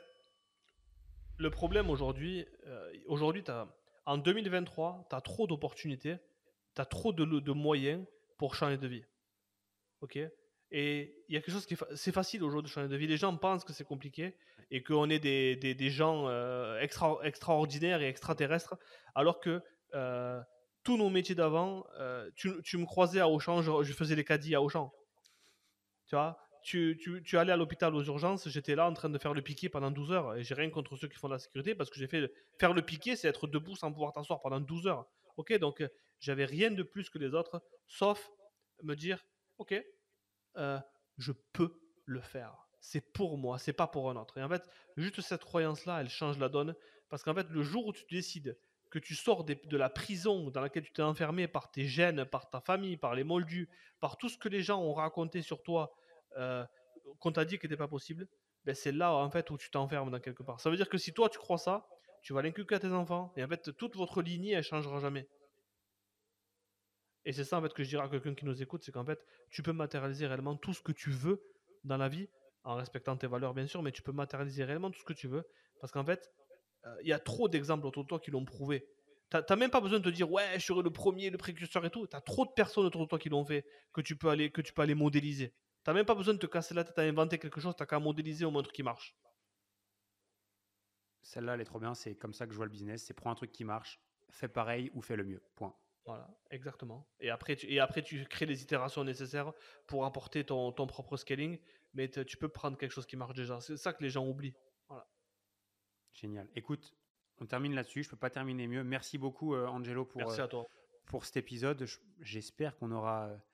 Speaker 1: le problème aujourd'hui, euh, aujourd'hui, t'as- en deux mille vingt-trois, tu as trop d'opportunités, tu as trop de, de moyens pour changer de vie. Ok. Et il y a quelque chose qui est, fa- c'est facile aujourd'hui de changer de vie. Les gens pensent que c'est compliqué et qu'on est des, des, des gens euh, extra, extraordinaires et extraterrestres, alors que euh, tous nos métiers d'avant, euh, tu, tu me croisais à Auchan, je, je faisais les caddies à Auchan. Tu vois, tu, tu, tu allais à l'hôpital aux urgences, j'étais là en train de faire le piqué pendant douze heures. Et j'ai rien contre ceux qui font de la sécurité parce que j'ai fait le- faire le piqué, c'est être debout sans pouvoir t'asseoir pendant douze heures. Ok, donc euh, j'avais rien de plus que les autres, sauf me dire, ok, euh, je peux le faire. C'est pour moi, c'est pas pour un autre. Et en fait, juste cette croyance-là, elle change la donne. Parce qu'en fait, le jour où tu décides que tu sors des- de la prison dans laquelle tu t'es enfermé par tes gènes, par ta famille, par les moldus, par tout ce que les gens ont raconté sur toi, euh, qu'on t'a dit que n'était pas possible, ben c'est là en fait où tu t'enfermes dans quelque part. Ça veut dire que si toi tu crois ça, tu vas l'inculquer à tes enfants et en fait toute votre lignée elle changera jamais. Et c'est ça en fait que je dirais à quelqu'un qui nous écoute, c'est qu'en fait tu peux matérialiser réellement tout ce que tu veux dans la vie en respectant tes valeurs bien sûr, mais tu peux matérialiser réellement tout ce que tu veux parce qu'en fait euh, il y a trop d'exemples autour de toi qui l'ont prouvé. T'as t'as même pas besoin de te dire ouais je serai le premier, le précurseur et tout. T'as trop de personnes autour de toi qui l'ont fait que tu peux aller que tu peux aller modéliser. T'as même pas besoin de te casser la tête à inventer quelque chose, t'as qu'à modéliser au moins un truc qui marche.
Speaker 2: Celle-là, elle est trop bien. C'est comme ça que je vois le business. C'est prends un truc qui marche, fais pareil ou fais le mieux. Point.
Speaker 1: Voilà, exactement. Et après, tu, et après, tu crées les itérations nécessaires pour apporter ton, ton propre scaling, mais te- tu peux prendre quelque chose qui marche déjà. C'est ça que les gens oublient. Voilà.
Speaker 2: Génial. Écoute, on termine là-dessus. Je peux pas terminer mieux. Merci beaucoup, euh, Angelo, pour,
Speaker 1: Merci
Speaker 2: euh,
Speaker 1: à toi.
Speaker 2: pour cet épisode. Je- J'espère qu'on aura euh,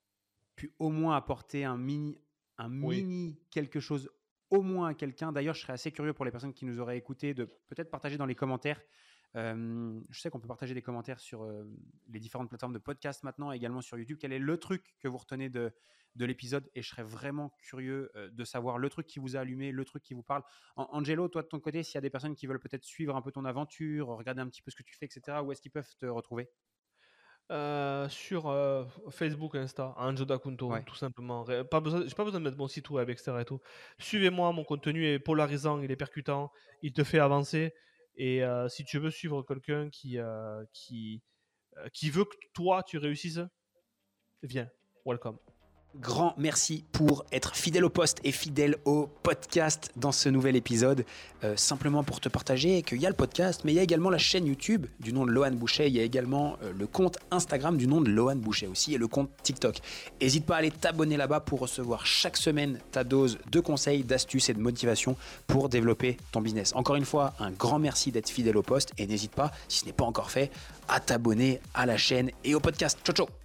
Speaker 2: pu au moins apporter un mini, un
Speaker 1: Oui.
Speaker 2: mini quelque chose au moins à quelqu'un. D'ailleurs, je serais assez curieux pour les personnes qui nous auraient écoutés de peut-être partager dans les commentaires. Euh, je sais qu'on peut partager des commentaires sur euh, les différentes plateformes de podcast maintenant, également sur YouTube. Quel est le truc que vous retenez de, de l'épisode? Et je serais vraiment curieux euh, de savoir le truc qui vous a allumé, le truc qui vous parle. An- Angelo, toi de ton côté, s'il y a des personnes qui veulent peut-être suivre un peu ton aventure, regarder un petit peu ce que tu fais, et cetera, où est-ce qu'ils peuvent te retrouver?
Speaker 1: Euh, sur euh, Facebook, Insta, Anjo Dakunto,
Speaker 2: Ouais.
Speaker 1: tout simplement. Ré- Pas besoin, j'ai pas besoin de mettre mon site web, et cetera et tout. Suivez-moi, mon contenu est polarisant, il est percutant, il te fait avancer. Et euh, si tu veux suivre quelqu'un qui, euh, qui, euh, qui veut que toi tu réussisses, viens, welcome.
Speaker 4: Grand merci pour être fidèle au poste et fidèle au podcast dans ce nouvel épisode. Euh, simplement pour te partager qu'il y a le podcast, mais il y a également la chaîne YouTube du nom de Lohan Boucher. Il y a également euh, le compte Instagram du nom de Lohan Boucher aussi et le compte TikTok. N'hésite pas à aller t'abonner là-bas pour recevoir chaque semaine ta dose de conseils, d'astuces et de motivation pour développer ton business. Encore une fois, un grand merci d'être fidèle au poste et n'hésite pas, si ce n'est pas encore fait, à t'abonner à la chaîne et au podcast. Ciao, ciao!